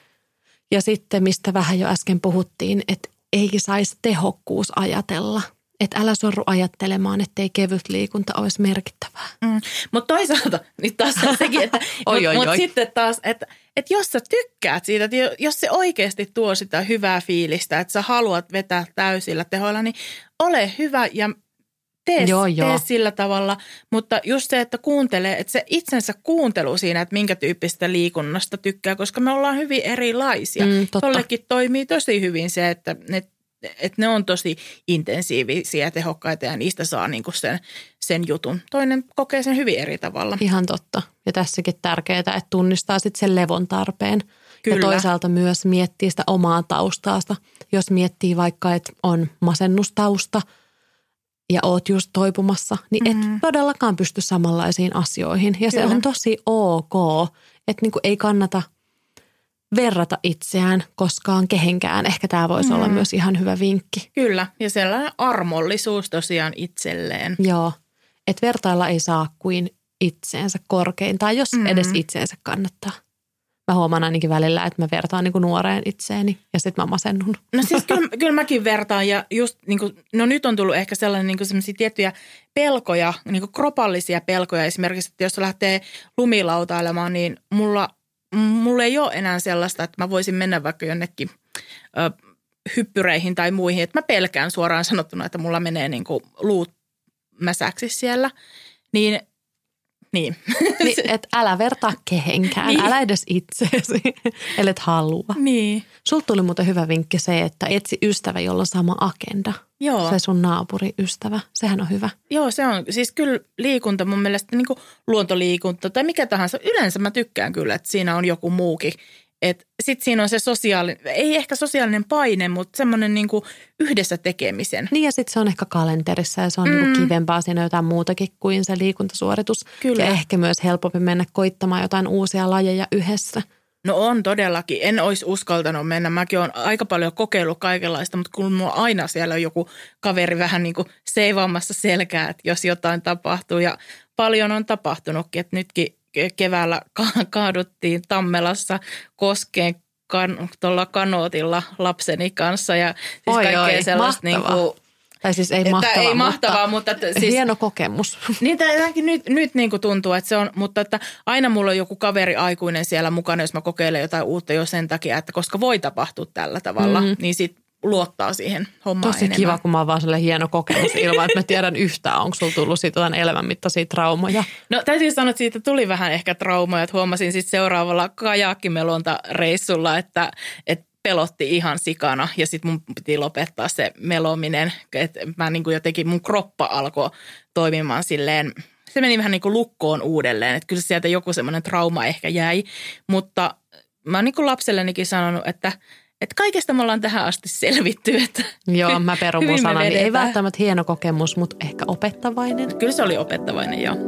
[SPEAKER 2] Ja sitten, mistä vähän jo äsken puhuttiin, että ei saisi tehokkuus ajatella. Että älä sorru ajattelemaan, ettei kevyt liikunta olisi merkittävää.
[SPEAKER 3] Mm. Mutta toisaalta nyt taas on sekin, että mutta mut sitten taas, että, että jos sä tykkäät siitä, että jos se oikeasti tuo sitä hyvää fiilistä, että sä haluat vetää täysillä tehoilla, niin ole hyvä ja tee, joo, tee joo. sillä tavalla. Mutta just se, että kuuntelee, että se itsensä kuuntelu siinä, että minkä tyyppistä liikunnasta tykkää, koska me ollaan hyvin erilaisia. Mm, Tollekin toimii tosi hyvin se, että ne että ne on tosi intensiivisiä ja tehokkaita ja niistä saa niinku sen, sen jutun. Toinen kokee sen hyvin eri tavalla.
[SPEAKER 2] Ihan totta. Ja tässäkin tärkeää, että tunnistaa sitten sen levon tarpeen. Kyllä. Ja toisaalta myös miettii sitä omaa taustaasta. Jos miettii vaikka, että on masennustausta ja oot just toipumassa, niin et mm. todellakaan pysty samanlaisiin asioihin. Ja Kyllä. se on tosi ok, että niinku ei kannata verrata itseään koskaan kehenkään. Ehkä tämä voisi mm. olla myös ihan hyvä vinkki.
[SPEAKER 3] Kyllä, ja sellainen armollisuus tosiaan itselleen.
[SPEAKER 2] Joo, että vertailla ei saa kuin itseensä korkeintaan, jos mm. edes itseensä kannattaa. Mä huomaan ainakin välillä, että mä vertaan niin kuin nuoreen itseeni ja sitten mä masennun.
[SPEAKER 3] No siis kyllä, kyllä mäkin vertaan ja just niin kuin, no nyt on tullut ehkä sellainen niin kuin sellaisia tiettyjä pelkoja, niin kuin kropallisia pelkoja esimerkiksi, että jos lähtee lumilautailemaan, niin mulla Mulla ei ole enää sellaista, että mä voisin mennä vaikka jonnekin ö, hyppyreihin tai muihin. Että mä pelkään suoraan sanottuna, että mulla menee niin kuin luut mäsäksi siellä. Niin, niin.
[SPEAKER 2] niin että älä vertaa kehenkään, niin. Älä edes itseesi, ellet halua.
[SPEAKER 3] Niin.
[SPEAKER 2] Sulta tuli muuten hyvä vinkki se, että etsi ystävä, jolla on sama agenda.
[SPEAKER 3] Joo.
[SPEAKER 2] Se sun naapuriystävä, sehän on hyvä.
[SPEAKER 3] Joo, se on siis kyllä liikunta mun mielestä niin kuin luontoliikunta tai mikä tahansa. Yleensä mä tykkään kyllä, että siinä on joku muukin. Että sit siinä on se sosiaalinen, ei ehkä sosiaalinen paine, mutta semmoinen niin kuin yhdessä tekemisen.
[SPEAKER 2] Niin ja sitten se on ehkä kalenterissa ja se on mm. niin kuin kivempaa siinä jotain muutakin kuin se liikuntasuoritus.
[SPEAKER 3] Kyllä.
[SPEAKER 2] Ja ehkä myös helpompi mennä koittamaan jotain uusia lajeja yhdessä.
[SPEAKER 3] No on todellakin. En olisi uskaltanut mennä. Mäkin olen aika paljon kokeillut kaikenlaista, mutta kun mulla aina siellä on joku kaveri vähän niin kuin seivaamassa selkää, että jos jotain tapahtuu. Ja paljon on tapahtunutkin, että nytkin keväällä kaaduttiin Tammelassa koskeen kan, tuolla kanootilla lapseni kanssa ja siis
[SPEAKER 2] oi,
[SPEAKER 3] kaikkea
[SPEAKER 2] oi,
[SPEAKER 3] sellaista niin kuin,
[SPEAKER 2] tai siis ei mahtavaa,
[SPEAKER 3] ei
[SPEAKER 2] mutta,
[SPEAKER 3] mahtavaa, mutta siis,
[SPEAKER 2] hieno kokemus.
[SPEAKER 3] Niin tämänkin nyt, nyt niin kuin tuntuu, että se on, mutta että aina mulla on joku kaveri aikuinen siellä mukana, jos mä kokeilen jotain uutta jo sen takia, että koska voi tapahtua tällä tavalla, mm. niin sit luottaa siihen hommaan
[SPEAKER 2] tosi
[SPEAKER 3] enemmän.
[SPEAKER 2] kiva, kun mä oon vaan sellainen hieno kokemus ilman, että mä tiedän yhtään, onko sulla tullut siitä jotain elämänmittaisia traumoja.
[SPEAKER 3] No täytyy sanoa, että siitä tuli vähän ehkä traumoja, että huomasin sitten seuraavalla kajakkimelontareissulla, että, että pelotti ihan sikana ja sitten mun piti lopettaa se melominen, että mä niin kuin jotenkin mun kroppa alkoi toimimaan silleen, se meni vähän niin kuin lukkoon uudelleen, että kyllä sieltä joku semmoinen trauma ehkä jäi, mutta mä oon niin kuin lapsellenikin sanonut, että Että kaikesta me ollaan tähän asti selvitty. Että
[SPEAKER 2] joo, mä perun mun sanani. Ei välttämättä hieno kokemus, mutta ehkä opettavainen.
[SPEAKER 3] Kyllä se oli opettavainen, joo.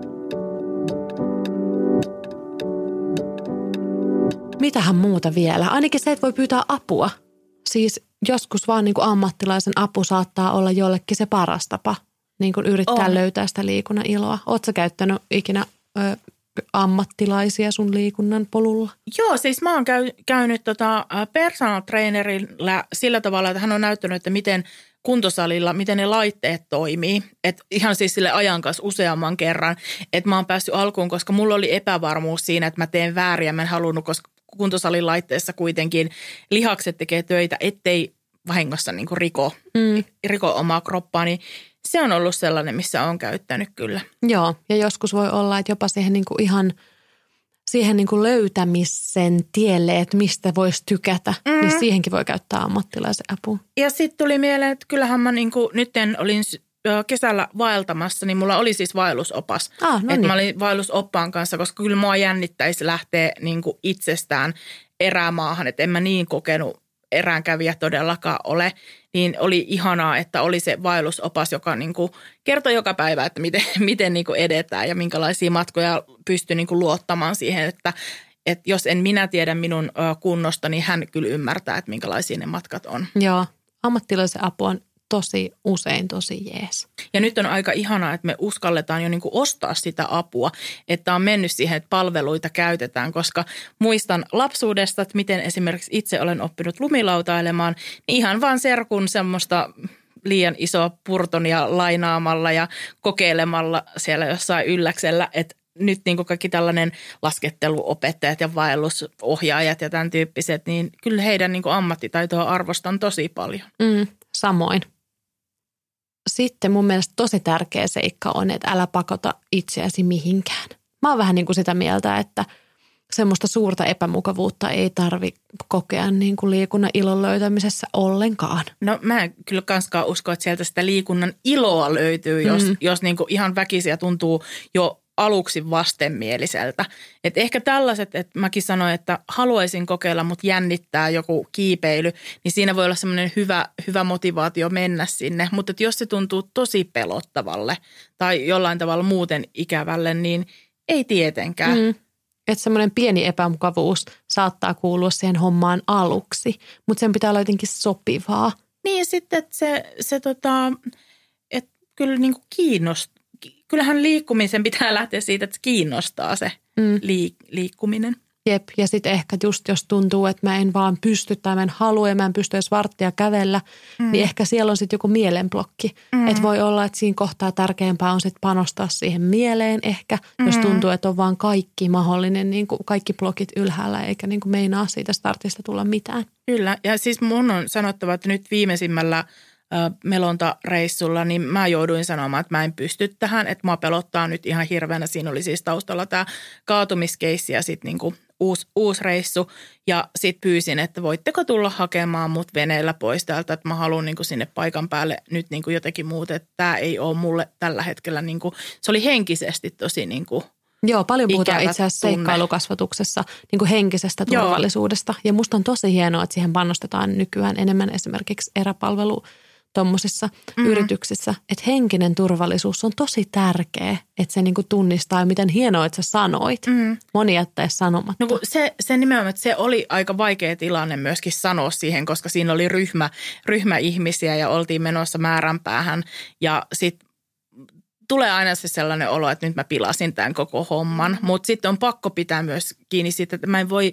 [SPEAKER 2] Mitähän muuta vielä? Ainakin se, että voi pyytää apua. Siis joskus vaan niin kuin ammattilaisen apu saattaa olla jollekin se paras tapa niin kuin yrittää on. löytää sitä liikunnan iloa. Ootko sä käyttänyt ikinä ö, ammattilaisia sun liikunnan polulla?
[SPEAKER 3] Joo, siis mä oon käy, käynyt tota personal trainerilla sillä tavalla, että hän on näyttänyt, että miten kuntosalilla, miten ne laitteet toimii. Että ihan siis sille ajan kanssa useamman kerran, että mä oon päässyt alkuun, koska mulla oli epävarmuus siinä, että mä teen väärin. Mä en halunnut, koska kuntosalin laitteessa kuitenkin lihakset tekee töitä, ettei vahingossa niin kuin riko, mm. riko omaa kroppaa, niin se on ollut sellainen, missä on käyttänyt kyllä.
[SPEAKER 2] Joo, ja joskus voi olla, että jopa siihen niin kuin ihan siihen niin kuin löytämisen tielle, että mistä voisi tykätä, mm. niin siihenkin voi käyttää ammattilaisen apua.
[SPEAKER 3] Ja sitten tuli mieleen, että kyllähän mä niin kuin, nyt olin kesällä vaeltamassa, niin mulla oli siis vaellusopas. Ah, no että niin. Mä olin vaellusoppaan kanssa, koska kyllä mua jännittäisi lähteä niin kuin itsestään erämaahan, että en mä niin kokenut eräänkävijä todellakaan ole, niin oli ihanaa, että oli se vaellusopas, joka niin kuin kertoi joka päivä, että miten, miten niin kuin edetään ja minkälaisia matkoja pystyy niin kuin luottamaan siihen, että, että jos en minä tiedä minun kunnosta, niin hän kyllä ymmärtää, että minkälaisia ne matkat on.
[SPEAKER 2] Joo, ammattilaisen apu on tosi usein tosi jees.
[SPEAKER 3] Ja nyt on aika ihanaa, että me uskalletaan jo niin kuin ostaa sitä apua, että on mennyt siihen, että palveluita käytetään, koska muistan lapsuudesta, että miten esimerkiksi itse olen oppinut lumilautailemaan, niin ihan vaan serkun semmoista liian isoa purtonia lainaamalla ja kokeilemalla siellä jossain ylläksellä, että nyt niin kuin kaikki tällainen lasketteluopettajat ja vaellusohjaajat ja tämän tyyppiset, niin kyllä heidän niin kuin ammattitaitoa arvostan tosi paljon.
[SPEAKER 2] Mm, samoin. Sitten mun mielestä tosi tärkeä seikka on, että älä pakota itseäsi mihinkään. Mä oon vähän niin kuin sitä mieltä, että semmoista suurta epämukavuutta ei tarvi kokea niin kuin liikunnan ilon löytämisessä ollenkaan.
[SPEAKER 3] No mä en kyllä kanskaan usko, että sieltä sitä liikunnan iloa löytyy, jos, mm. jos niin kuin ihan väkisiä tuntuu jo aluksi vastenmieliseltä. Että ehkä tällaiset, että mäkin sanoin, että haluaisin kokeilla, mutta jännittää joku kiipeily, niin siinä voi olla semmoinen hyvä, hyvä motivaatio mennä sinne. Mutta että jos se tuntuu tosi pelottavalle tai jollain tavalla muuten ikävälle, niin ei tietenkään. Mm.
[SPEAKER 2] Että semmoinen pieni epämukavuus saattaa kuulua siihen hommaan aluksi, mutta sen pitää olla jotenkin sopivaa.
[SPEAKER 3] Niin sitten, että se, se tota, että kyllä niin kuin kiinnostaa. Kyllähän liikkumisen pitää lähteä siitä, että kiinnostaa se mm. liik- liikkuminen.
[SPEAKER 2] Jep, ja sitten ehkä just jos tuntuu, että mä en vaan pysty tai mä en halua ja mä en pysty edes varttia kävellä, mm. niin ehkä siellä on sitten joku mielenblokki. Mm. Että voi olla, että siinä kohtaa tärkeämpää on sitten panostaa siihen mieleen ehkä, mm. jos tuntuu, että on vaan kaikki mahdollinen, niin kuin kaikki blokit ylhäällä eikä niin kuin meinaa siitä startista tulla mitään.
[SPEAKER 3] Kyllä, ja siis mun on sanottava, että nyt viimeisimmällä melontareissulla, niin mä jouduin sanomaan, että mä en pysty tähän, että mua pelottaa nyt ihan hirveänä. Siinä oli siis taustalla tämä kaatumiskeissi ja sitten niinku uusi, uusi reissu. Ja sitten pyysin, että voitteko tulla hakemaan mut veneellä pois täältä, että mä haluan niinku sinne paikan päälle nyt niinku jotenkin muuta, että tämä ei ole mulle tällä hetkellä, niinku, se oli henkisesti tosi niinku
[SPEAKER 2] Joo, paljon puhutaan itse asiassa seikkailukasvatuksessa niin kuin henkisestä turvallisuudesta. Joo. Ja musta on tosi hienoa, että siihen panostetaan nykyään enemmän esimerkiksi eräpalvelu tuommoisissa mm-hmm. yrityksissä, että henkinen turvallisuus on tosi tärkeä, että se niinku tunnistaa ja miten hienoa, että sä sanoit. Mm-hmm. Moni jättäisi sanomatta.
[SPEAKER 3] No se, se nimenomaan, että se oli aika vaikea tilanne myöskin sanoa siihen, koska siinä oli ryhmä, ryhmä ihmisiä ja oltiin menossa määränpäähän ja sitten tulee aina se sellainen olo, että nyt mä pilasin tämän koko homman, mutta sitten on pakko pitää myös kiinni siitä, että mä en voi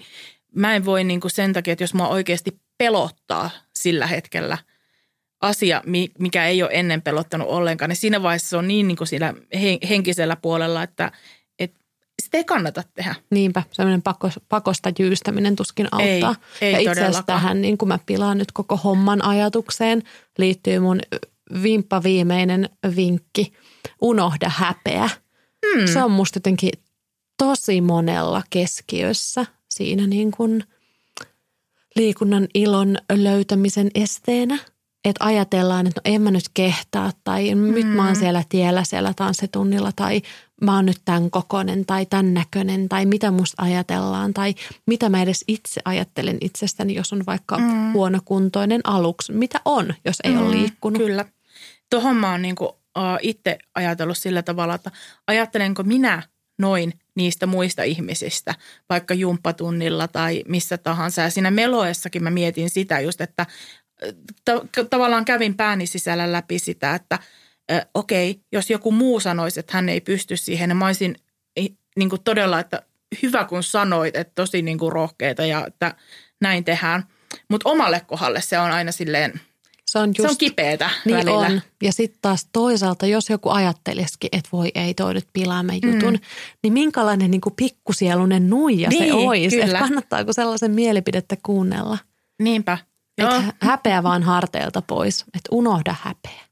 [SPEAKER 3] mä en voi niin kuin sen takia, että jos mua oikeasti pelottaa sillä hetkellä asia, mikä ei ole ennen pelottanut ollenkaan, niin siinä vaiheessa se on niin, niin kuin siinä henkisellä puolella, että, että sitä ei kannata tehdä.
[SPEAKER 2] Niinpä, sellainen pakosta jyystäminen tuskin auttaa.
[SPEAKER 3] Ei, ei
[SPEAKER 2] ja itse asiassa tähän, niin kuin mä pilaan nyt koko homman ajatukseen, liittyy mun vimppa viimeinen vinkki, unohda häpeä. Hmm. Se on musta jotenkin tosi monella keskiössä siinä niin kuin liikunnan ilon löytämisen esteenä. Että ajatellaan, että no en mä nyt kehtaa tai mm. nyt mä oon siellä tiellä siellä tanssitunnilla tai mä oon nyt tämän kokoinen tai tämän näköinen tai mitä musta ajatellaan tai mitä mä edes itse ajattelen itsestäni, jos on vaikka mm. huonokuntoinen aluksi. Mitä on, jos ei mm. ole liikkunut?
[SPEAKER 3] Kyllä. Tuohon mä oon niinku, uh, itse ajatellut sillä tavalla, että ajattelenko minä noin niistä muista ihmisistä, vaikka jumppatunnilla tai missä tahansa. Ja siinä meloessakin mä mietin sitä just, että ta- tavallaan kävin pääni sisällä läpi sitä, että äh, okei, jos joku muu sanoisi, että hän ei pysty siihen, niin mä olisin niin kuin todella, että hyvä kun sanoit, että tosi niin kuin rohkeita ja että näin tehdään. Mutta omalle kohdalle se on aina silleen,
[SPEAKER 2] se on, just,
[SPEAKER 3] se on kipeätä
[SPEAKER 2] niin
[SPEAKER 3] välillä.
[SPEAKER 2] On. Ja sitten taas toisaalta, jos joku ajattelisikin, että voi ei toi nyt pilaamme jutun, mm. niin minkälainen niin kuin pikkusielunen nuija niin, se olisi. Että kannattaako sellaisen mielipidettä kuunnella?
[SPEAKER 3] Niinpä.
[SPEAKER 2] Että no. häpeä vaan harteilta pois. Että unohda häpeä.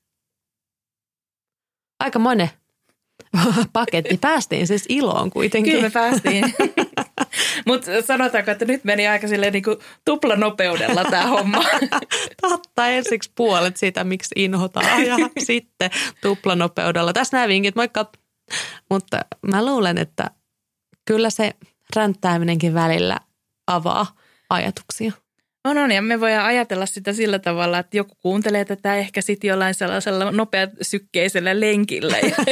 [SPEAKER 2] Aikamoinen paketti. Päästiin siis iloon kuitenkin.
[SPEAKER 3] Kyllä me päästiin. Mutta sanotaanko, että nyt meni aika silleen niin kuin tuplanopeudella tämä homma.
[SPEAKER 2] Totta, ensiksi puolet siitä, miksi inhotaan ja sitten tuplanopeudella. Tässä nämä vinkit, moikka. Mutta mä luulen, että kyllä se ränttääminenkin välillä avaa ajatuksia.
[SPEAKER 3] On, on, ja me voidaan ajatella sitä sillä tavalla, että joku kuuntelee tätä ehkä sitten jollain sellaisella nopeasykkeisellä lenkillä.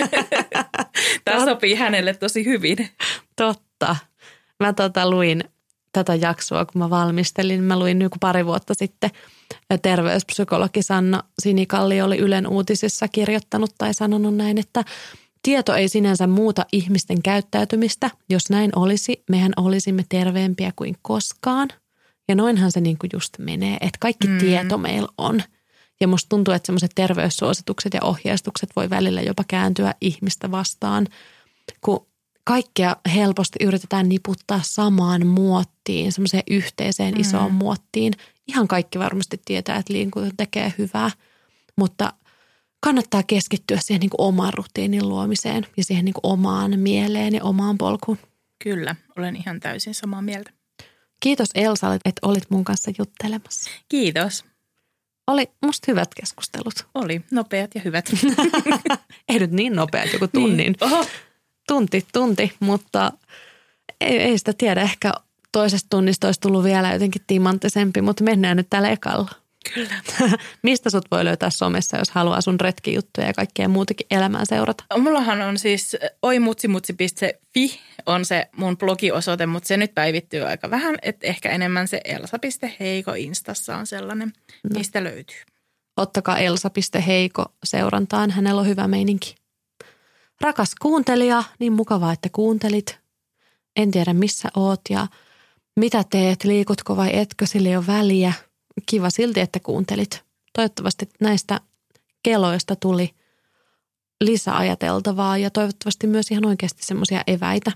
[SPEAKER 3] Tämä sopii hänelle tosi hyvin.
[SPEAKER 2] Totta. Mä tota luin tätä jaksoa, kun mä valmistelin. Mä luin joku pari vuotta sitten. Terveyspsykologi Sanna Sinikalli oli Ylen uutisissa kirjoittanut tai sanonut näin, että tieto ei sinänsä muuta ihmisten käyttäytymistä. Jos näin olisi, mehän olisimme terveempiä kuin koskaan. Ja noinhan se niinku just menee, että kaikki mm. tieto meillä on. Ja musta tuntuu, että semmoiset terveyssuositukset ja ohjeistukset voi välillä jopa kääntyä ihmistä vastaan, kun kaikkea helposti yritetään niputtaa samaan muottiin, semmoiseen yhteiseen mm. isoon muottiin. Ihan kaikki varmasti tietää, että liikunta tekee hyvää, mutta kannattaa keskittyä siihen niinku oman rutiinin luomiseen ja siihen niinku omaan mieleen ja omaan polkuun.
[SPEAKER 3] Kyllä, olen ihan täysin samaa mieltä.
[SPEAKER 2] Kiitos Elsa, että olit mun kanssa juttelemassa.
[SPEAKER 3] Kiitos.
[SPEAKER 2] Oli musta hyvät keskustelut.
[SPEAKER 3] Oli, nopeat ja hyvät.
[SPEAKER 2] Ei nyt niin nopeat, joku tunnin.
[SPEAKER 3] Oho.
[SPEAKER 2] Tunti, tunti, mutta ei, ei sitä tiedä. Ehkä toisesta tunnista olisi tullut vielä jotenkin timanttisempi, mutta mennään nyt tällä ekalla.
[SPEAKER 3] Kyllä.
[SPEAKER 2] Mistä sut voi löytää somessa, jos haluaa sun retkijuttuja ja kaikkea muutakin elämää seurata?
[SPEAKER 3] Mullahan on siis oimutsimutsi piste fi on se mun blogiosoite, mutta se nyt päivittyy aika vähän, että ehkä enemmän se elsa piste heiko Instassa on sellainen, no. mistä löytyy.
[SPEAKER 2] Ottakaa elsa piste heiko seurantaan, hänellä on hyvä meininki. Rakas kuuntelija, niin mukavaa, että kuuntelit. En tiedä missä oot ja mitä teet, liikutko vai etkö, sillä ei ole väliä. Kiva silti, että kuuntelit. Toivottavasti näistä keloista tuli lisäajateltavaa ja toivottavasti myös ihan oikeasti semmoisia eväitä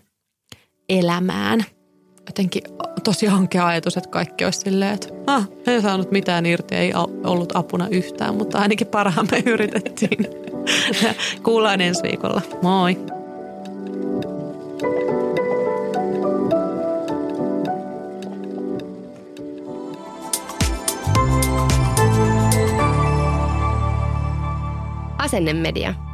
[SPEAKER 2] elämään. Jotenkin tosi hankea ajatus, että kaikki olisi silleen, että ah, ei saanut mitään irti, ei ollut apuna yhtään, mutta ainakin parhaamme yritettiin. Kuullaan ensi viikolla. Moi!
[SPEAKER 1] Asennemedia.